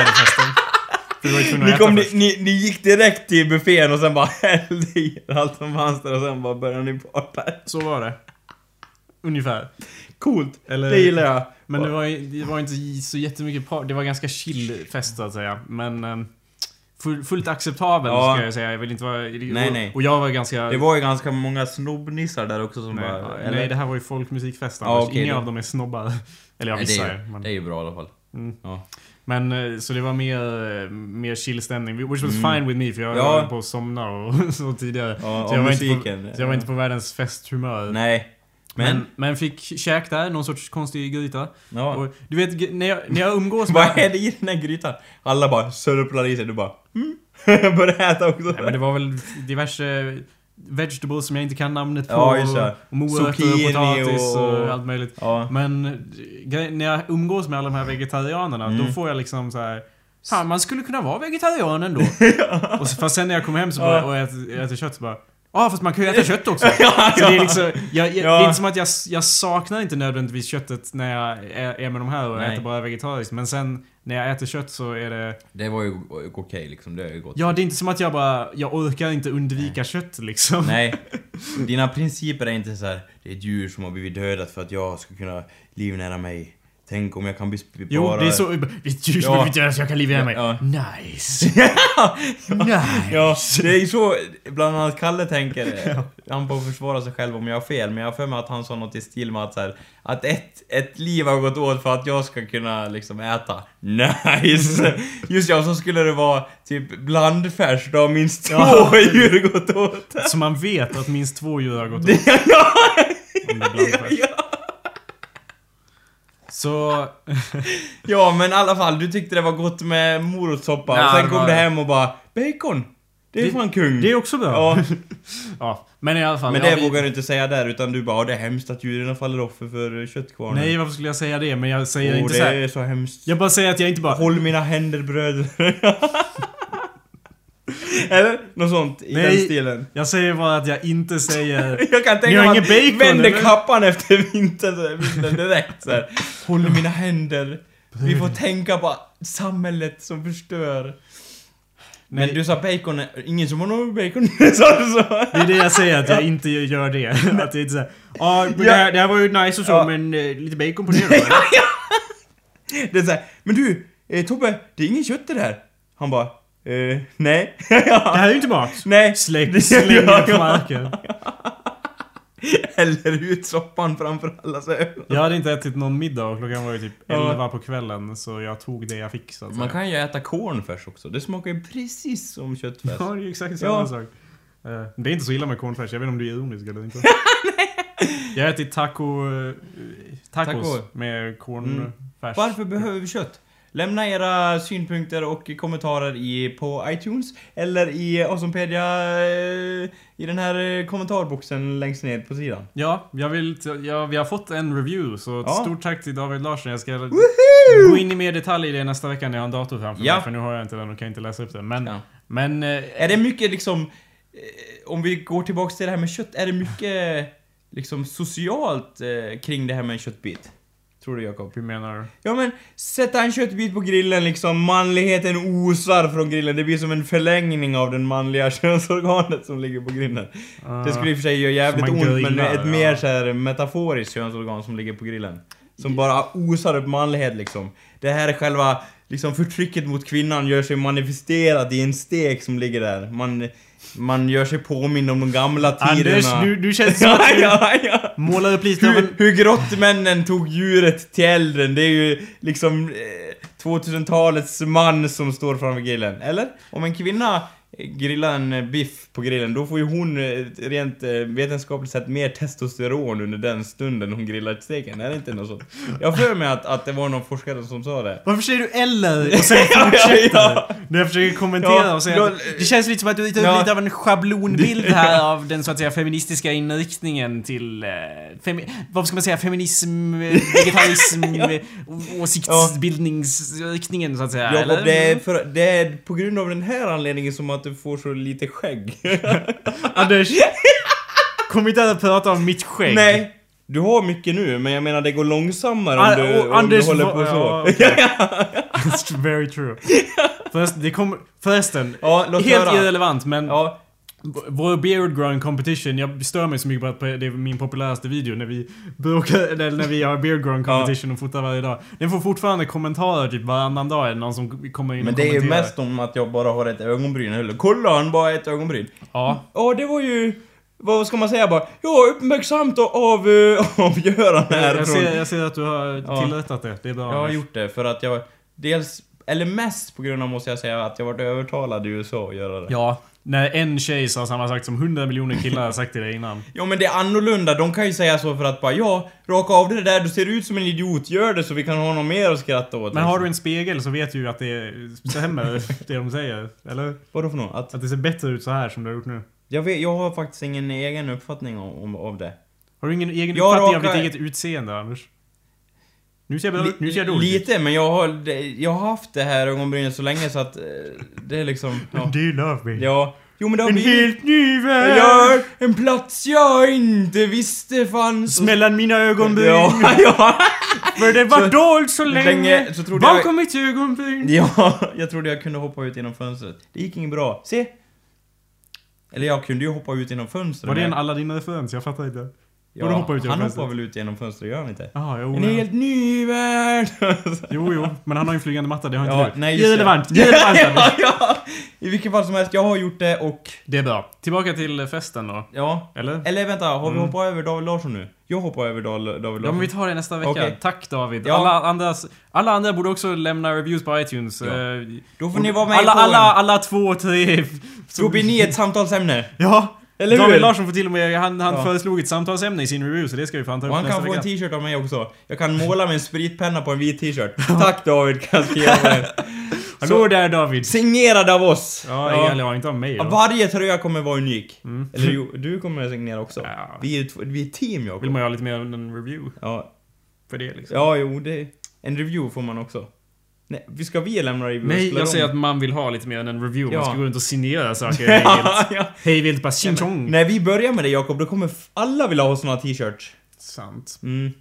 festen. Ni gick direkt till buffén och sen bara hällde i allt som fanns där och sen bara började ni parta. Så var det. Ungefär. Coolt. Eller, det gillar jag. Men det var inte så jättemycket det var ganska chill fest, så att säga. Men... fullt acceptabel, ska jag säga. Jag vill inte vara... Nej. Och jag var ganska... Det var ju ganska många snobbnissar där också som bara... Eller? Nej, det här var ju folkmusikfest. Okay, Inga av dem är snobbar. Eller jag vissa men... Det är ju bra i alla fall. Ja. Men så det var mer chill stämning. Which was fine with me, för jag var på att somna och så tidigare. Ja, så jag var inte på världens festhumör. Nej. Men fick käk där, någon sorts konstig gryta. Ja. Och du vet, när jag umgås med... Vad är det i den här grytan? Alla bara sörplar i sig, du bara... börjar äta också. Nej, men det var väl diverse vegetables som jag inte kan namnet på. Ja, just det. Och morötter och potatis och allt möjligt. Ja. Men när jag umgås med alla de här vegetarianerna, då får jag liksom så här... Fan, man skulle kunna vara vegetarian ändå. Och fast sen när jag kommer hem så bara, och äter kött så bara... fast man kan ju äta kött också. Så det är liksom, det är inte som att jag saknar inte nödvändigtvis köttet när jag är med de här och äter bara vegetariskt. Men sen när jag äter kött så är det... Det var ju okej liksom, det är ju gott. Ja, det är inte som att jag orkar inte undvika kött liksom. Nej, dina principer är inte så här: det är ett djur som har blivit dödat för att jag ska kunna livnära mig. Tänk om jag kan bespara... Jo, det är så... Det är djur som har blivit dödat så jag kan livnära mig. Nice. Nice. Ja, det är så bland annat Kalle tänker. Han får försvara sig själv om jag har fel, men jag har för mig att han sa något i stil med att så här, att ett liv har gått åt för att jag ska kunna liksom äta. Nice. Just så skulle det vara typ blandfärs då minst 2 djur gått åt. Så man vet att minst 2 djur har gått åt. Om det är blandfärs. Så... ja, men i alla fall, du tyckte det var gott med morotssoppa. Och sen kom det hem och bara, bacon! Det är fan kung. Det är också bra. Ja, men i alla fall... Men det vågar du inte säga där, utan du bara, det är hemskt att djuren faller offer för köttkvarnen. Nej, varför skulle jag säga det? Men jag säger inte det så här. Det är så hemskt. Jag bara säger att jag inte bara... Håll mina händer, bröder. Eller? Något sånt i den stilen. Jag säger bara att jag inte säger... Jag kan tänka mig att bacon, vänder kappan efter vintern direkt så här. Håll mina händer. Vi får tänka på samhället som förstör. Men du sa bacon, ingen som har någon bacon. Sa du så? Det är det jag säger, att jag inte gör det. Att jag inte säger, det här var ju nice och så, men lite bacon på det då. Det är så här, men du, Tobbe, det är ingen kött i det här. Han bara, nej. Det här är ju inte mat. Nej. Släng det på marken. Häller ut soppan framför allas ögon. Jag hade inte ätit någon middag och klockan var ju typ 11 på kvällen. Så jag tog det jag fick, så att säga. Man kan ju äta cornfärs också. Det smakar ju precis som köttfärs. Ja, det är exakt samma sak. Det är inte så illa med cornfärs. Jag vet inte om du är ironisk eller inte. Jag har ätit tacos med cornfärs. Varför behöver vi kött? Lämna era synpunkter och kommentarer på iTunes eller i Awesomepedia i den här kommentarboxen längst ner på sidan. Ja, vi har fått en review, så ett stort tack till David Larsson. Jag ska gå in i mer detalj i det nästa vecka när jag har en dator framför mig, för nu har jag inte den och kan inte läsa upp den. Men är det mycket liksom, om vi går tillbaka till det här med kött, är det mycket liksom socialt kring det här med en köttbit? Tror du, Jakob? Hur menar du? Ja, men sätta en köttbit på grillen liksom, manligheten osar från grillen. Det blir som en förlängning av den manliga könsorganet som ligger på grillen. Det skulle i och för sig göra jävligt ont, grillar, men ett mer så här metaforiskt könsorgan som ligger på grillen. Som bara osar upp manlighet liksom. Det här är själva liksom förtrycket mot kvinnan gör sig manifesterat i en stek som ligger där. Man gör sig påminn om de gamla tiderna. Anders, du känns som att du målar upp lite av en... Hur grottmännen tog djuret till elden. Det är ju liksom 2000-talets man som står framför grillen. Eller? Om en kvinna grillar en biff på grillen, då får ju hon rent vetenskapligt sett mer testosteron under den stunden hon grillar steken. Är det inte något sånt? Jag har för mig att det var någon forskare som sa det. Varför säger du eller? Och sen fortsätter. När jag försöker kommentera och säga det känns lite som att du tar lite av en schablonbild här av den så att säga feministiska inriktningen till vad ska man säga, feminism, vegetarism, åsiktsbildningsriktningen så att säga. Jakob, det är på grund av den här anledningen som att du får så lite skägg. Anders, kom inte att prata om mitt skägg. Nej, du har mycket nu, men jag menar det går långsammare om du håller på så. Ja, okay. That's very true. Förresten, helt irrelevant, men vår beard growing competition, jag stör mig så mycket på att det är min populäraste video när vi när vi har beard growing competition och fotar varje dag. Den får fortfarande kommentarer typ varannan dag, är det någon som kommer in och kommenterar. Men det är ju mest om att jag bara har ett ögonbryn, eller kolla, han bara ett ögonbryn. Ja, det var ju, vad ska man säga, bara uppmärksamt av Göran här. Jag ser att du har tillrättat det. Det är bra. Jag har gjort det för att jag mest på grund av, måste jag säga, att jag varit övertalad i USA att göra det. Ja, när en tjej sa samma sak som 100 miljoner killar har sagt till dig innan. Ja, men det är annorlunda. De kan ju säga så för att bara, raka av det där, du ser ut som en idiot, gör det så vi kan ha något mer att skratta åt. Men har du en spegel så vet du ju att det stämmer det de säger, eller? Vadå för något? Att det ser bättre ut så här som du har gjort nu. Jag har faktiskt ingen egen uppfattning av det. Har du ingen egen uppfattning av ditt eget utseende, Anders? Nu ser jag dåligt. Lite, men jag har haft det här ögonbrynet så länge så att det är liksom... Ja. Do you love me? Ja. Jo, men det har en helt ny värld! Ja, en plats jag inte visste fanns. Mellan mina ögonbryn. Ja. För det var dolt så länge. Bakom mitt ögonbryn. Ja, jag trodde jag kunde hoppa ut genom fönstret. Det gick inget bra. Se. Eller jag kunde ju hoppa ut genom fönstret. Var det en Aladdin-referens? Jag fattar inte. Ja, han hoppar väl ut genom fönstret, gör han inte? Aha, en helt ny värld. Jo, men han har ju en flygande matta, det har inte du. Nej, irrelevant. Ja. I vilket fall som helst, jag har gjort det och... Det är bra. Tillbaka till festen då. Ja. Eller vänta, har vi hoppat över David Larsson nu? Jag hoppar över David Larsson. Ja, men vi tar det nästa vecka. Okay. Tack David. Ja. Alla andra borde också lämna reviews på iTunes. Ja. Då får ni vara med alla 2, 3... Då blir ni ett samtalsämne. Ja. Eller David Larsson får till och med, han föreslog ett samtalsämne i sin review, så det ska vi fan ta upp nästa vecka. Han kan få en t-shirt av mig också. Jag kan måla med en spritpenna på en vit t-shirt. Tack David, kan jag skriva med. Hallå där David. Signerad av oss. Ja, inte av mig. Varje tröja kommer vara unik. Eller du kommer signera också. Ja. Vi är team, Jakob. Vill man ju ha lite mer än en review? Ja. För det liksom. Ja, en review får man också. Nej, ska vi lämna reviews? Nej, jag säger att man vill ha lite mer än en review. Man ska gå runt och signera saker. Hej vilt, bara ching chong. När vi börjar med det, Jakob, då kommer alla vilja ha såna t-shirts. Sant.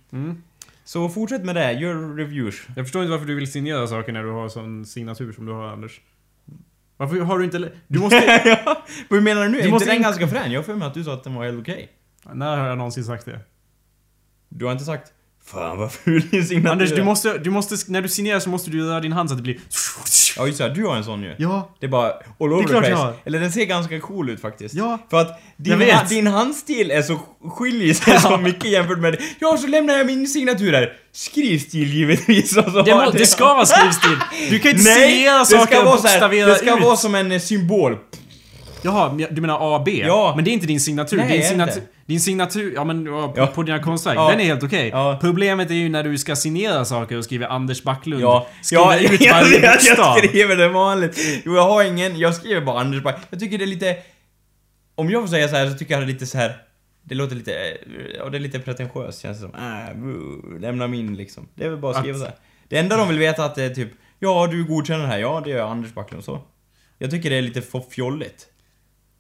Så fortsätt med det, gör reviews. Jag förstår inte varför du vill signera saker när du har sån signatur som du har, Anders. Varför har du inte... Du måste... Vad menar du nu? Är inte den ganska frän? Jag har för mig att du sa att den var helt okej. När har jag någonsin sagt det? Du har inte sagt... Fan vad ful din signatur. Anders, du måste när du signerar så måste du röra din hand så att det blir... Ja, just det, du har en sån ju. Ja. Det är bara all over the place. Eller den ser ganska cool ut faktiskt. Ja. För att din handstil är så skiljer sig så mycket jämfört med det. Ja, så lämnar jag min signatur här. Skrivstil givetvis. Och så det ska vara skrivstil. Du kan inte signera saker och bokstavera ut. Det ska vara som en symbol. Jaha, du menar A, B? Ja. Men det är inte din signatur. Nej, din signatur, på dina konstverk, den är helt okej. Ja. Problemet är ju när du ska signera saker och skriva Anders Backlund. Skriva ut varje bokstav. Jag skriver det vanligt. Jo, jag skriver bara Anders Backlund. Jag tycker det är lite... Om jag får säga så här så tycker jag det är lite så här. Det låter lite... Och det är lite pretentiöst, känns det som. Lämna min liksom. Det är väl bara att skriva så här. Det enda de vill veta att det är typ... Ja, du godkänner det här. Ja, det gör Anders Backlund så. Jag tycker det är lite för fjolligt. Ja,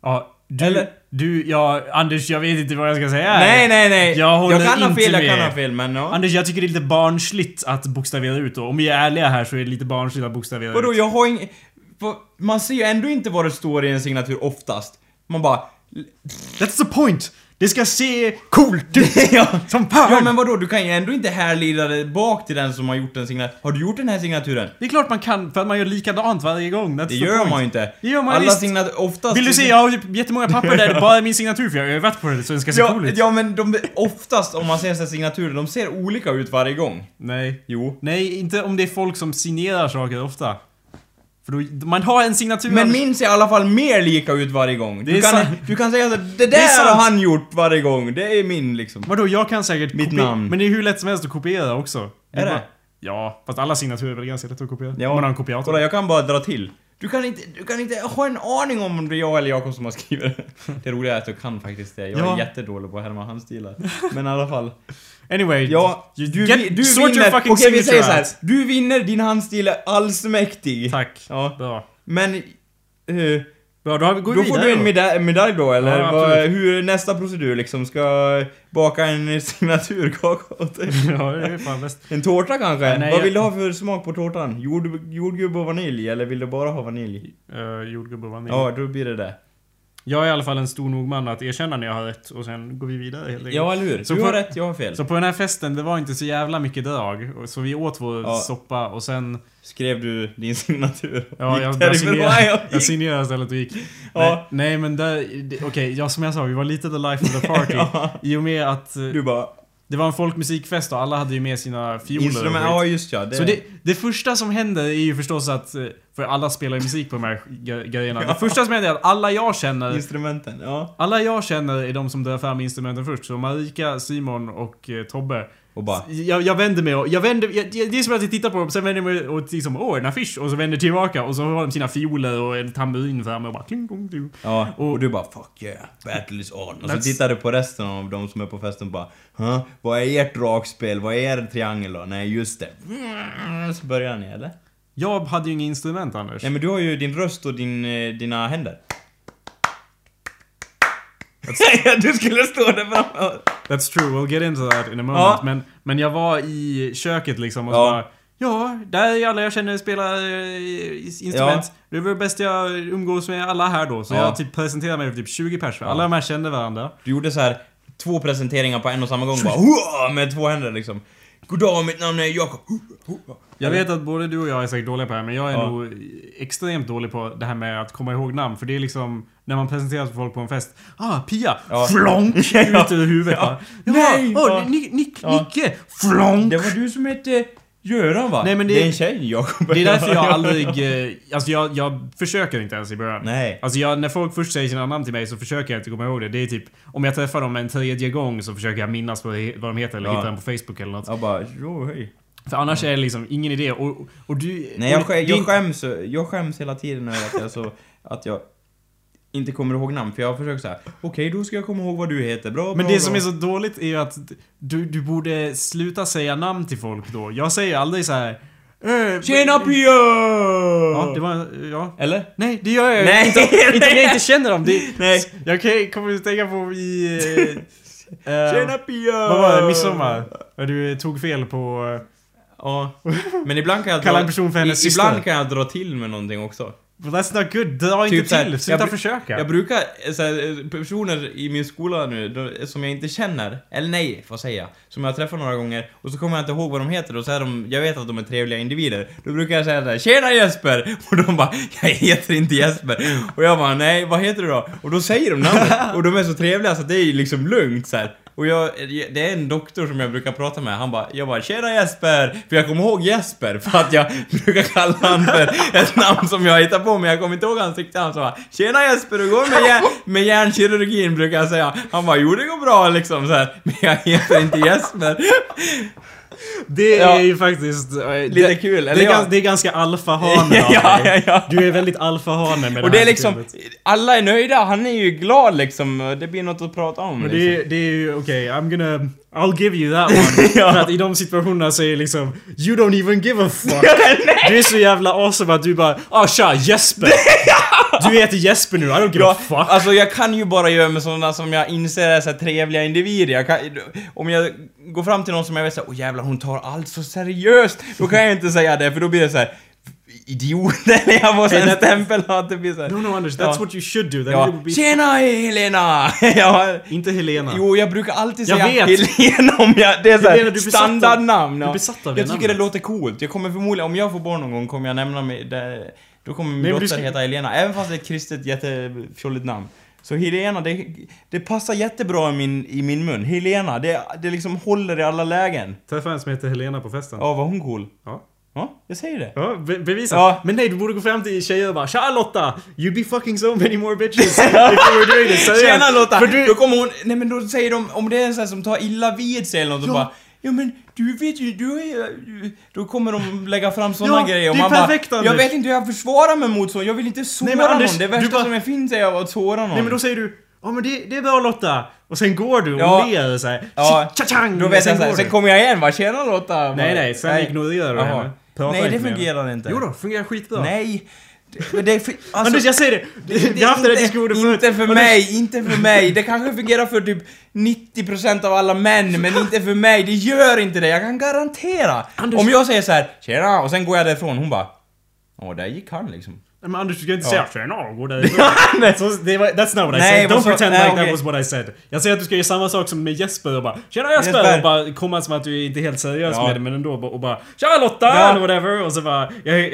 Anders, jag vet inte vad jag ska säga. Nej. Jag kan ha fel, men ja. Anders, jag tycker det är lite barnsligt att bokstavera ut då. Om vi är ärliga här så är det lite barnsligt att bokstavera ut. Vadå, jag har man ser ju ändå inte vad det står i en signatur oftast. Man bara... That's the point! Det ska se coolt ut! Som fan! Ja, men vadå, du kan ju ändå inte härleda det bak till den som har gjort en signatur. Har du gjort den här signaturen? Det är klart man kan, för att man gör likadant varje gång. Det gör man ju inte. Det gör man alla visst. Oftast... Vill du se, jag har jättemånga papper där det bara är min signatur, för jag har övat på det så den ska se cool ut. Ja, men oftast om man ser en signatur, de ser olika ut varje gång. Nej. Jo. Nej, inte om det är folk som signerar saker ofta. För då, man har en signatur... Men min ser i alla fall mer lika ut varje gång. Du kan säga att det där har han gjort varje gång. Det är min liksom. Vadå, jag kan säkert mitt namn. Men det är hur lätt som helst att kopiera också. Är det? Ja, fast alla signaturer är väl ganska lätt att kopiera. Ja. Man har en kopiator. Kolla, jag kan bara dra till. Du kan inte ha en aning om det är jag eller Jakob som har skrivit. Det roliga är att jag kan faktiskt det. Jag är jättedålig på att härma handstilar. Men i alla fall. Anyway, ja, du vinner. Okej, vi säger så här. Du vinner, din handstil är allsmäktig. Tack. Ja. Bra. Men bra, då får du en medalj då, eller? Ja, hur nästa procedur liksom? Ska baka en signaturkaka åt dig? Ja, det är fan bäst. En tårta kanske? Nej, vad vill du ha för smak på tårtan? Jordgubb och vanilj, eller vill du bara ha vanilj? Jordgubb och vanilj. Ja, då blir det. Jag är i alla fall en stor nog man att erkänna när jag har rätt och sen går vi vidare helt enkelt. Ja, eller hur? Så du har rätt, jag har fel. Så på den här festen, det var inte så jävla mycket drag. Så vi åt vår soppa och sen... Skrev du din signatur? Ja, jag signerade istället och gick. Ja. Nej, men där... Okej, som jag sa, vi var lite the life of the party. I och med att... Du bara... Det var en folkmusikfest och alla hade ju med sina fioler. Instrument, ja just ja. Så det första som händer är ju förstås att... För alla spelar ju musik på de här grejerna. Det första som händer är att alla jag känner... Instrumenten, ja. Alla jag känner är de som drar fram instrumenten först. Så Marika, Simon och Tobbe. Och bara... Jag vänder mig och... Det är som att jag tittar på dem, sen vänder jag mig och liksom... en affisch. Och så vänder tillbaka. Och så har de sina fioler och en tamburin fram och bara... Kling, kling, kling. Ja, och du bara... Fuck yeah, battle is on. Och så tittar du på resten av de som är på festen och bara... Vad är ert dragspel? Vad är er triangel då? Nej, just det. Så börjar ni, eller? Jag hade ju inga instrument, Anders. Nej, men du har ju din röst och dina händer. Du skulle stå där framme. That's true, we'll get into that in a moment. Ja. Men jag var i köket liksom och så bara... Ja, där är alla jag känner spelar instrument. Ja. Det var bäst jag umgås med alla här då. Så jag typ presenterade mig för typ 20 personer. Alla de här kände varandra. Du gjorde så här 2 presenteringar på en och samma gång bara med 2 händer liksom. Goddag, mitt namn är Jakob. Jag vet att både du och jag är säkert dåliga på det här, men jag är nog extremt dålig på det här med att komma ihåg namn. För det är liksom, när man presenterar för folk på en fest. Pia! Flonk! Ut ur huvudet va? Nej! Nicke! Flonk! Det var du som hette Göran va? Nej, men det är en tjej, Jakob. Det är därför jag aldrig... Alltså jag försöker inte ens i början. Nej. Alltså när folk först säger sina namn till mig så försöker jag inte komma ihåg det. Det är typ... Om jag träffar dem en 3:e gång så försöker jag minnas vad de heter eller hitta dem på Facebook eller något. Jag bara, hej. För annars är det liksom ingen idé. Och du... Nej, jag skäms hela tiden över att jag inte kommer ihåg namn. För jag försöker säga, okej, då ska jag komma ihåg vad du heter. Bra, men det som är så dåligt är ju att du borde sluta säga namn till folk då. Jag säger aldrig så här. Tjena Pia! Ja, det var... Ja. Eller? Nej, det gör jag nej. Inte om jag inte känner dem. Nej. Jag kommer att tänka på Tjena Pia! Vad var det? Midsommar? Du tog fel på... Ja. Men ibland kan jag kalla en person för hennes syster. Ibland kan jag dra till med någonting också. But that's not good. Dra inte till. Sluta försöka. Jag brukar personer i min skola nu som jag inte känner, eller nej, får säga, som jag träffar några gånger och så kommer jag inte ihåg vad de heter och så är jag vet att de är trevliga individer. Då brukar jag säga där, tjena Jesper! Och de bara, jag heter inte Jesper. Och jag bara, nej, vad heter du då? Och då säger de namnet och de är så trevliga så det är liksom lugnt så här. Och det är en doktor som jag brukar prata med. Jag bara, tjena Jesper! För jag kommer ihåg Jesper. För att jag brukar kalla han för ett namn som jag hittar på. Men jag kommer inte ihåg hans riktiga namn. Så bara, tjena Jesper, du går med hjärnkirurgin brukar jag säga. Han bara, jo det går bra liksom så här. Men jag heter inte Jesper. Det är ju faktiskt lite kul. Det är ganska alfahane ja. Du är väldigt alfahane med och det är liksom filmet. Alla är nöjda, han är ju glad liksom. Det blir något att prata om men liksom. det är ju okej, I'll give you that one. För att i de situationerna så är det liksom you don't even give a fuck. Du är så jävla awesome att du bara tja Jesper. Du heter Jesper nu, I don't give a fuck. Alltså jag kan ju bara göra med sådana som jag inser är så här trevliga individer. Om jag går fram till någon som jag vet såhär, jävlar hon tar allt så seriöst. Då kan jag inte säga det, för då blir det så här idiot, eller jag måste en stämpel att det blir så här. No, Anders, that's what you should do. Tjena Helena! Inte Helena. Jo, jag brukar alltid säga Helena om jag... Det är så här standardnamn. Du besatt av det jag tycker namnet. det låter coolt. Jag kommer förmodligen, om jag får barn någon gång, kommer jag nämna mig... Då kommer min dotter heta Helena. Även fast det är ett kristet jättefjolligt namn. Så Helena, det passar jättebra i min mun. Helena, det liksom håller i alla lägen. Träffade en som heter Helena på festen. Ja, var hon cool? Ja. Ja, jag säger det. Ja, bevisa. Ja. Men nej, du borde gå fram till tjejer och bara Tja Lotta, you'd be fucking so many more bitches if you were doing this. Tjena Lotta, då kommer hon... Nej men då säger de, om det är en sån här som tar illa vid sig eller något, så bara... Ja men du vet ju, då kommer de lägga fram såna grejer och man perfekt, bara... Jag vet inte hur jag försvarar mig mot så, jag vill inte såra någon. Det värsta som finns är att såra någon. Nej men då säger du ja men det är bra Lotta. Och sen går du och ler såhär. Ja, tja-chang. Då vet jag såhär, sen kommer jag igen, bara tjena Lotta. Nej, sen ignorerar du henne. Nej, det fungerar inte. Jo då, fungerar skitbra. Nej. Alltså, Anders, jag säger det. Vi har haft det diskussionen förut. Inte för mig. Det kanske fungerar för typ 90% av alla män, men inte för mig. Det gör inte det. Jag kan garantera. Anders, om jag säger så här, tjena, och sen går jag därifrån, hon bara, där gick han liksom. Men Anders, du ska inte säga tjena, gå därifrån. That's not what I said. Don't pretend like that was what I said. Jag säger att du ska göra samma sak som med Jesper och bara tjena Jesper! Och bara komma som att du är inte helt seriös med det, men ändå och bara tjena Lotta! Eller whatever. Och så bara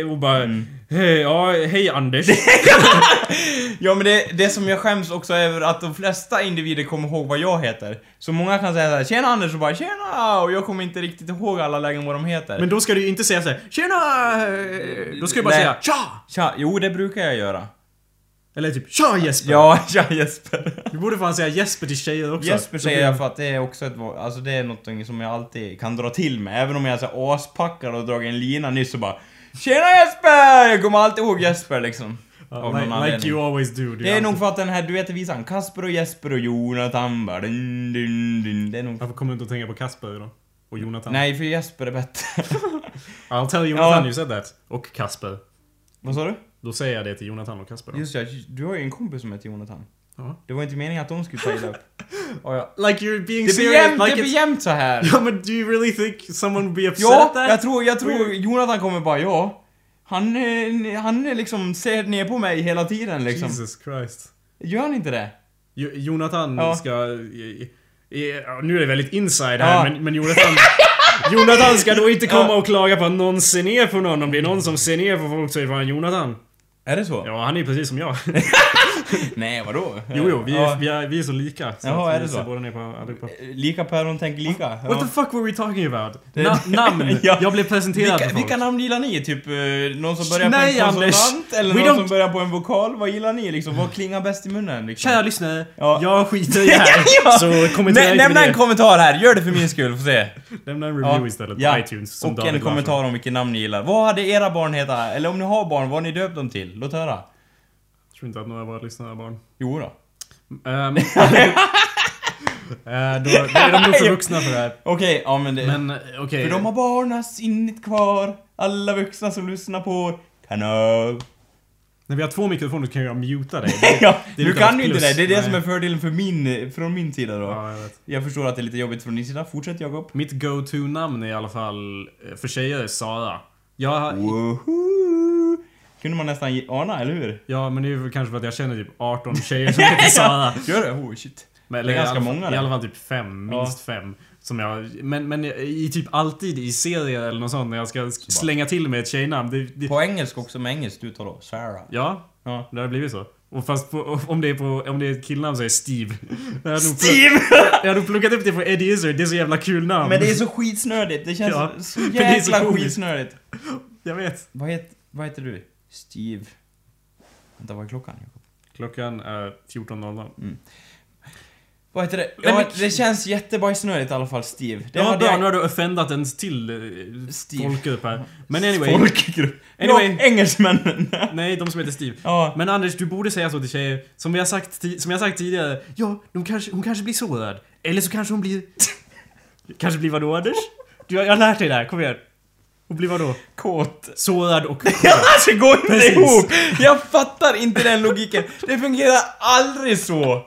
hej Anders. Ja men det som jag skäms också över att de flesta individer kommer ihåg vad jag heter. Så många kan säga såhär, tjena Anders, och bara tjena! Och jag kommer inte riktigt ihåg alla lägen vad de heter. Men då ska du ju inte säga såhär, tjena! Då ska du bara säga tja! Jo, det brukar jag göra. Eller typ tja Jesper! Ja, tja Jesper. Du borde fan säga Jesper till tjejer också. Jesper säger jag för att det är också alltså det är något som jag alltid kan dra till med. Även om jag är så aspackad och dragit en lina nyss så bara tjena Jesper! Jag kommer alltid ihåg Jesper liksom. Like you always do. Det är nog för att den här, du vet visan, Kasper och Jesper och Jonathan bara, det är nog... Varför kommer du inte att tänka på Kasper då? Och Jonathan? Nej, för Jesper är bättre. I'll tell Jonathan you said that. Och Kasper. Vad sa du? Då säger jag det till Jonathan och Kasper då. Just det, du har ju en kompis som heter Jonathan. Det var inte meningen att de skulle ta illa upp. Like you're being serious. Det blir jämt så här. Ja, men do you really think someone would be upset at that? Jag tror Jonathan kommer bara, han är liksom ser ner på mig hela tiden liksom. Jesus Christ. Gör han inte det? Jonathan ska... nu är det väldigt inside här, men Jonathan ska då inte komma och klaga på att någon ser ner på någon. Om det är någon som ser ner på folk så är det fan Jonathan. Är det så? Ja, han är precis som jag. Nej, vadå? Jo, vi är så lika. Så jaha, är det så? Båda ner på allihopa. Lika päron tänker lika. What the fuck were we talking about? Namn. Jag blev presenterad för folk. Vilka namn gillar ni? Typ någon som börjar på en konsonant eller någon som börjar på en vokal? Vad gillar ni liksom? Vad klingar bäst i munnen liksom? Kära lyssnare, jag skiter i det här. Så kommentera. Nämna en kommentar här, gör det för min skull, får se. Nämna en review istället på iTunes. Som och en kommentar om vilken namn ni gillar. Vad hade era barn heta? Eller om ni har barn, vad har ni döpt dem till? Låt höra. Jag tror inte att några av våra lyssnare har barn. Jo då. Då är de nog för vuxna för det här. Okej, ja men det... För de har barnasinnet kvar. Alla vuxna som lyssnar på kanal. När vi har 2 mikrofoner så kan jag muta dig. Du kan ju inte det. Det är det som är fördelen från min sida då. Ja, jag förstår att det är lite jobbigt från din sida. Fortsätt Jakob. Mitt go-to-namn är i alla fall för tjejer är Sara. Kunde man nästan ana, eller hur? Ja, men det är väl kanske för att jag känner typ 18 tjejer som heter Sara. Gör det? Shit. Men det är ganska många. I alla fall typ 5, minst 5. Som jag, men i typ alltid i serier eller något sånt när jag ska slänga till med ett tjejnamn. På engelska också, med engelskt uttal då. Sarah. Ja, det har blivit så. Och fast om det är ett killnamn så är Steve. Jag har nog plockat upp det på Eddie Izzard. Det är så jävla kul namn. Men det är så skitsnördigt. Det känns så jäkla skitsnördigt. Jag vet. Vad heter du? Steve. Vänta, vad är klockan? Klockan är 14.00. Vad heter det? Det känns jättebajsnördigt i alla fall, Steve. Nu har du offendat en till folkgrupp här. Men anyway. Folkgrupp? Anyway. Engelsmännen. Nej, de som heter Steve. Ja. Men Anders, du borde säga så till tjejer. Som jag sagt tidigare. Ja, hon kanske blir sårad. Eller så kanske hon blir... kanske blir vadå, Anders? Jag har lärt dig det här, kom igen. Och blir vadå? Kåt. Sårad och kåt. Ja, det går inte Precis. ihop! Jag fattar inte den logiken. Det fungerar aldrig så.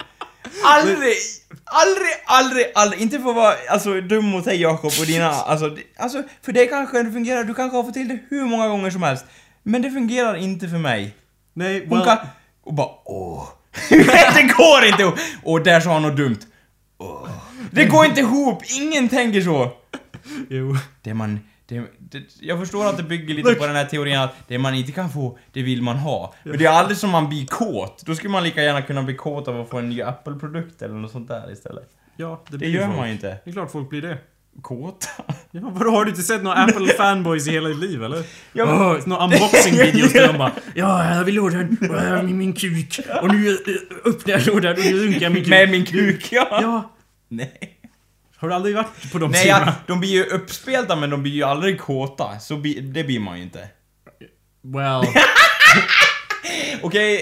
Aldrig. Inte för att vara alltså, dum mot dig Jakob och dina... Alltså, för det kanske det fungerar. Du kanske har fått till det hur många gånger som helst. Men det fungerar inte för mig. Nej, Hon kan... Och bara, det går inte ihop! Och där sa han något dumt. Det går inte ihop! Ingen tänker så. Jo. Jag förstår att det bygger lite på den här teorin att det man inte kan få, det vill man ha. Men det är aldrig som man blir kåt. Då skulle man lika gärna kunna bli kåt av att få en ny Apple-produkt eller något sånt där istället. Ja, det gör man ju inte. Det är klart folk blir det. Kåt? Ja, vadå, har du inte sett några Apple-fanboys i hela ditt liv, eller? Ja, några unboxing-videos där de bara ja, här har vi lådan, och här har vi min kuk. Och nu öppnar jag lådan och nu runkar jag min kuk. Med min kuk, ja. Ja. Nej. Har du aldrig varit på de Nej, sidorna? de blir ju uppspelta men de blir ju aldrig kåta. Så det blir man ju inte. Well. Okej.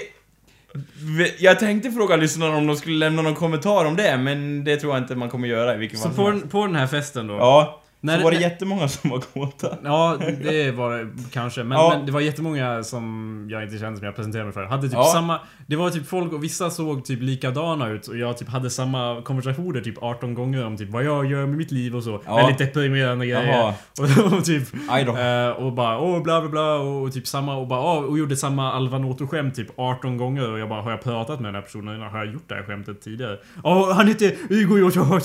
Jag tänkte fråga lyssnarna om de skulle lämna någon kommentar om det, men det tror jag inte man kommer göra i vilken Så på den här festen då? Ja. Så var det jättemånga som var kåta. Ja, det var det kanske. Men det var jättemånga som jag inte kände som jag presenterade mig för. Hade typ samma... Det var typ folk och vissa såg typ likadana ut. Och jag typ hade samma konversationer typ 18 gånger om typ vad jag gör med mitt liv och så. Väldigt deprimerande grejer. Och typ... och bara bla bla bla och typ samma och bara och gjorde samma Alva Noto-skämt typ 18 gånger. Och jag bara, har jag pratat med den här personen? Har jag gjort det här skämtet tidigare? Han heter Hugo Jojo.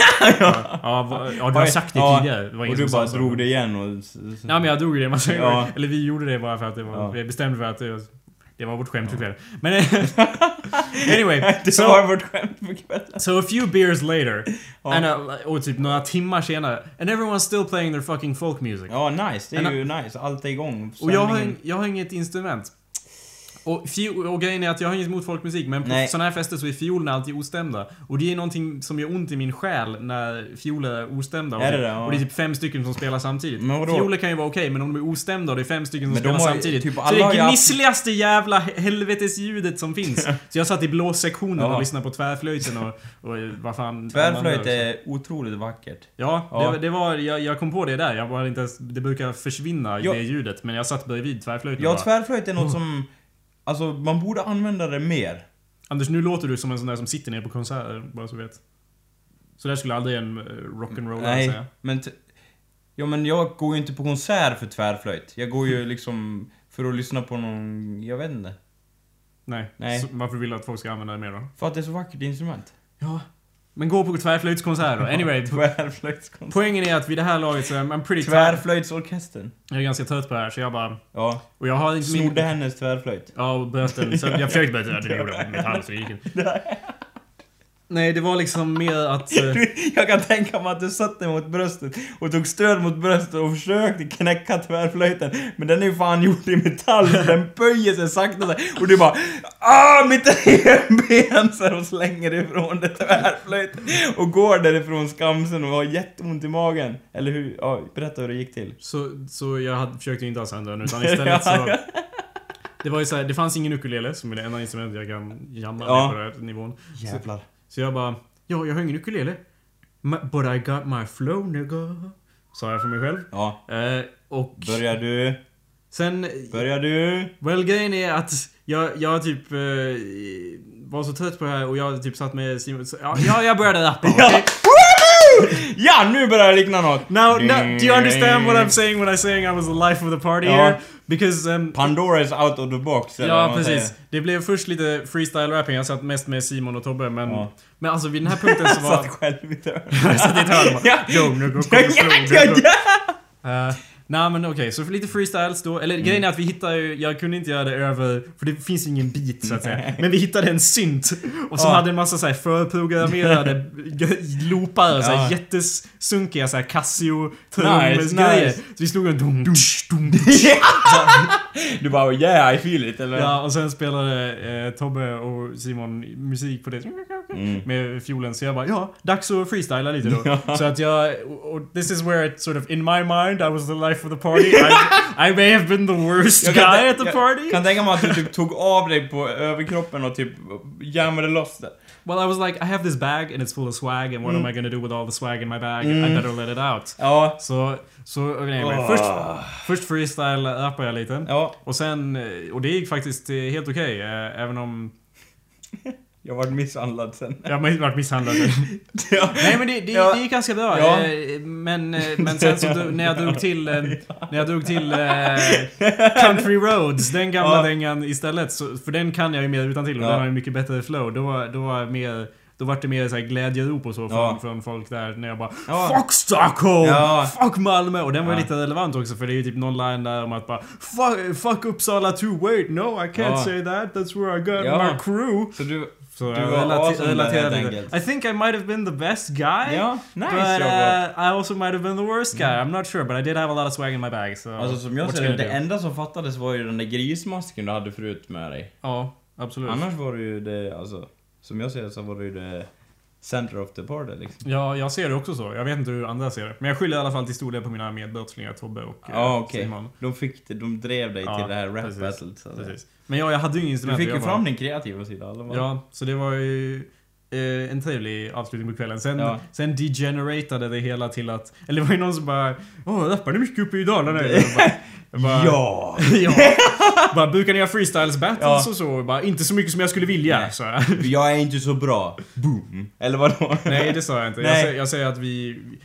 Ja, du har sagt det tidigare. Och du bara drog det igen och... Ja, men jag drog det massa gånger. Eller vi gjorde det bara för att det var... Vi bestämde för att det var vårt skämt för kvällen. Men anyway. Det var vårt skämt för kvällen. So a few beers later. Och typ några timmar senare. And everyone's still playing their fucking folk music. Ja, nice. Det är ju nice. Allt är igång. Och jag har inget instrument. Och grejen är att jag har inget emot folkmusik, men på sådana här fester så är fiolerna alltid ostämda. Och det är någonting som gör ont i min själ när fioler är ostämda. Och det är typ 5 stycken som spelar samtidigt. Fioler kan ju vara okej, men om de är ostämda och det är 5 stycken som spelar samtidigt typ så det är gnissligaste jävla helvetes ljudet som finns. Så jag satt i blåssektionen och lyssnade på tvärflöjten och vad fan... Tvärflöjt är otroligt vackert. Ja, det var... Jag kom på det där. Jag var inte... Det brukar försvinna det ljudet, men jag satt bredvid tvärflöjten. Ja, tvärflöjt är något som... Alltså, man borde använda det mer. Anders, nu låter du som en sån där som sitter ner på konserter, bara så vet. Så där skulle aldrig en rock'n'roll säga. Men jag går ju inte på konsert för tvärflöjt. Jag går ju liksom för att lyssna på någon... Jag vet inte. Nej. Så varför vill du att folk ska använda det mer då? För att det är så vackert instrument. Ja. Men gå på tvärflöjtskonsert då. Anyway. Tvärflöjtskonsert. Poängen är att vid det här laget så I'm pretty Tvärflöjtsorkestern. Jag är ganska trött på det här, så jag bara... Ja. Och jag har inte snodde hennes tvärflöjt. Ja, och bröt den. Så jag försökte börja det gjorde metall så gick inte. Nej, det var liksom mer att... Jag kan tänka mig att du satt dig mot bröstet och tog stöd mot bröstet och försökte knäcka tvärflöjten. Men den är ju fan gjord i metall, så den böjer sig sakta så. Och du bara mitt ben så och slänger ifrån det tvärflöjten. Och går därifrån skamsen och har jätteont i magen. Eller hur? Ja, berätta hur det gick till. Så jag försökte inte ha sönder den, utan istället så... Det var ju så här, det fanns ingen ukulele som är det enda instrumentet jag kan jamma med på den här nivån. Jävlar. Så jag bara, jag har ingen ukulele. But I got my flow, nigga. Sa jag för mig själv. Ja. Och... Börjar du? Well, grejen är att jag typ var så trött på det här och jag typ satt med Simon. Jag började rappa, okej? Ja, nu börjar det likna något. Now, do you understand what I'm saying when I'm saying I was the life of the party here? Because Pandora is out of the box. Ja, precis. Det blev först lite freestyle rapping. Jag satt mest med Simon och Tobbe, men alltså vid den här punkten så var... satt själv i dörren. Jag satt i ett hörn och bara... Jo, nu går nej, men okej, så för lite freestyles då. Eller grejen är att vi hittade ju... Jag kunde inte göra det över... För det finns ingen beat, så att säga. Men vi hittade en synt. Och som hade en massa så här förprogrammerade loopar. Så här jättesunkiga så här Casio-trumsgrejer. Så vi slog en dum. Du bara, yeah, I feel it, eller? Ja, och sen spelade Tobbe och Simon musik på det. Med fiolen. Så jag bara, dags att freestyla lite då. Så att jag... Och this is where it sort of... In my mind, I was the life life of the party. I may have been the worst guy at the party. Kan tänka mig att du typ tog av dig på överkroppen och typ jammade loss det. Well, I was like, I have this bag and it's full of swag, and what am I gonna do with all the swag in my bag? I better let it out. Ja. Så anyway, först freestyle-rappade jag lite. Ja. Och sen, och det gick faktiskt helt okej, även om... Jag var misshandlad sen. Jag har varit misshandlad. Ja. Nej, men det gick ganska bra. Ja. Men sen så när jag drog till Country Roads, den gamla dängan istället, så, för den kan jag ju mer utan till och den har ju mycket bättre flow. Då var det mer så här glädjerop och så från folk där när jag bara fuck Stockholm, fuck Malmö, och den var lite relevant också, för det är ju typ någon line där om att bara fuck Uppsala too, wait, no I can't say that, that's where I got my crew. Så du var relaterade. I think I might have been the best guy. Ja, nice. But I also might have been the worst guy. I'm not sure, but I did have a lot of swag in my bag. So alltså som jag ser det enda som fattades var ju den där grismasken du hade förut med dig. Ja, absolut. Annars var det ju det, alltså som jag ser så var det ju det center of the party liksom. Ja, jag ser det också så. Jag vet inte hur andra ser det. Men jag skyller i alla fall till stor del på mina medbrottslingar Tobbe och Simon. De drev dig till det här rap battlet. Precis. Men jag hade ju ingen instrument. Du fick ju fram din kreativa sida. Ja, så det var ju en trevlig avslutning på kvällen. Sen degeneratade det hela till att... Eller det var ju någon som bara... rappar ni mycket uppe i Dalarna? Ja! Bara, brukar ni ha freestyles battles och så? Bara, inte så mycket som jag skulle vilja. Så. Jag är inte så bra. Boom. Eller vadå? Nej, det sa jag inte. Jag säger att vi...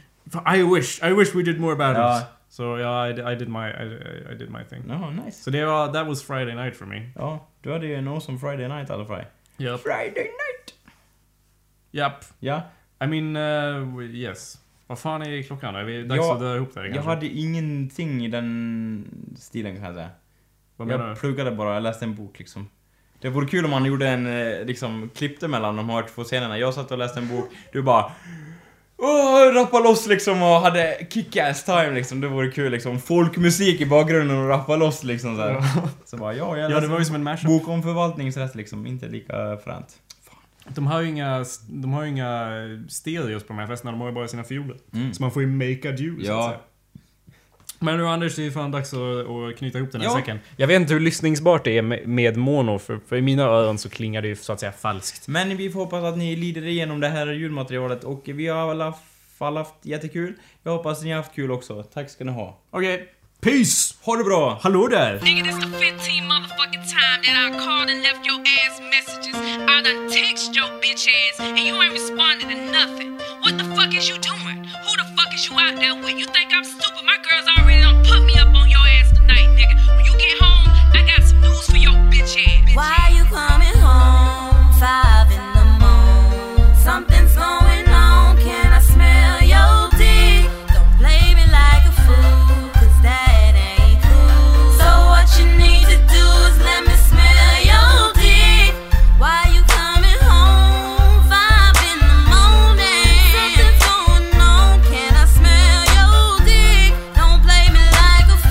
I wish we did more battles. Så I did my thing. No, nice. Så that was Friday night for me. Ja, du hade ju en awesome Friday night i alla fall. Yep. Friday night! Japp. Ja. I mean, yes. Vad fan är klockan? Är vi dags att dra ihop det kanske? Jag hade ingenting i den stilen kan jag säga. Vad menar du? Jag pluggade bara, jag läste en bok liksom. Det vore kul om man gjorde en, liksom, klippte mellan de här två scenerna. Jag satt och läste en bok, du bara... rappa loss liksom och hade kick-ass time liksom. Det vore kul liksom. Folkmusik i bakgrunden och rappa loss liksom så här. Så bara, jag det var ju som en mashup. Bok om förvaltningsrätt liksom, inte lika fränt. De har ju inga stereos på de här festerna, de har ju bara sina fioler. Så man får ju make a do, så att säga. Men nu Anders, det är fan dags att knyta ihop den här säcken. Jag vet inte hur lyssningsbart det är med mono, för i mina öron så klingar det ju så att säga falskt. Men vi får hoppas att ni lider igenom det här ljudmaterialet, och vi har i alla fall haft jättekul. Jag hoppas att ni har haft kul också. Tack ska ni ha. Okej. Peace! Ha det bra! Hallå där! Nigga, this the 15th motherfucking time that I called and left your ass messages. I done text your bitch ass and you ain't responded to nothing. What the fuck is you doing? Who the fuck is you out there with? You think I'm stupid? My girls already done put me up on your ass tonight, nigga. When you get home, I got some news for your bitch ass. Why are you coming home? 5 in the morning. Something's going on. Can I smell your dick? Don't play me like a fool, 'cause that ain't cool. So what you need to do is let me smell your dick. Why are you coming home? 5 in the morning. Something's going on. Can I smell your dick? Don't play me like a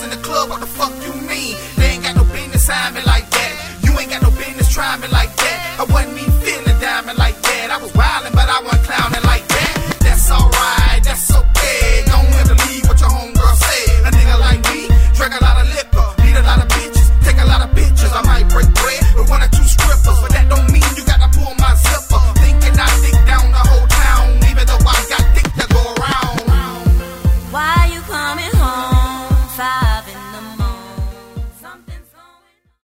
in the club, what the fuck you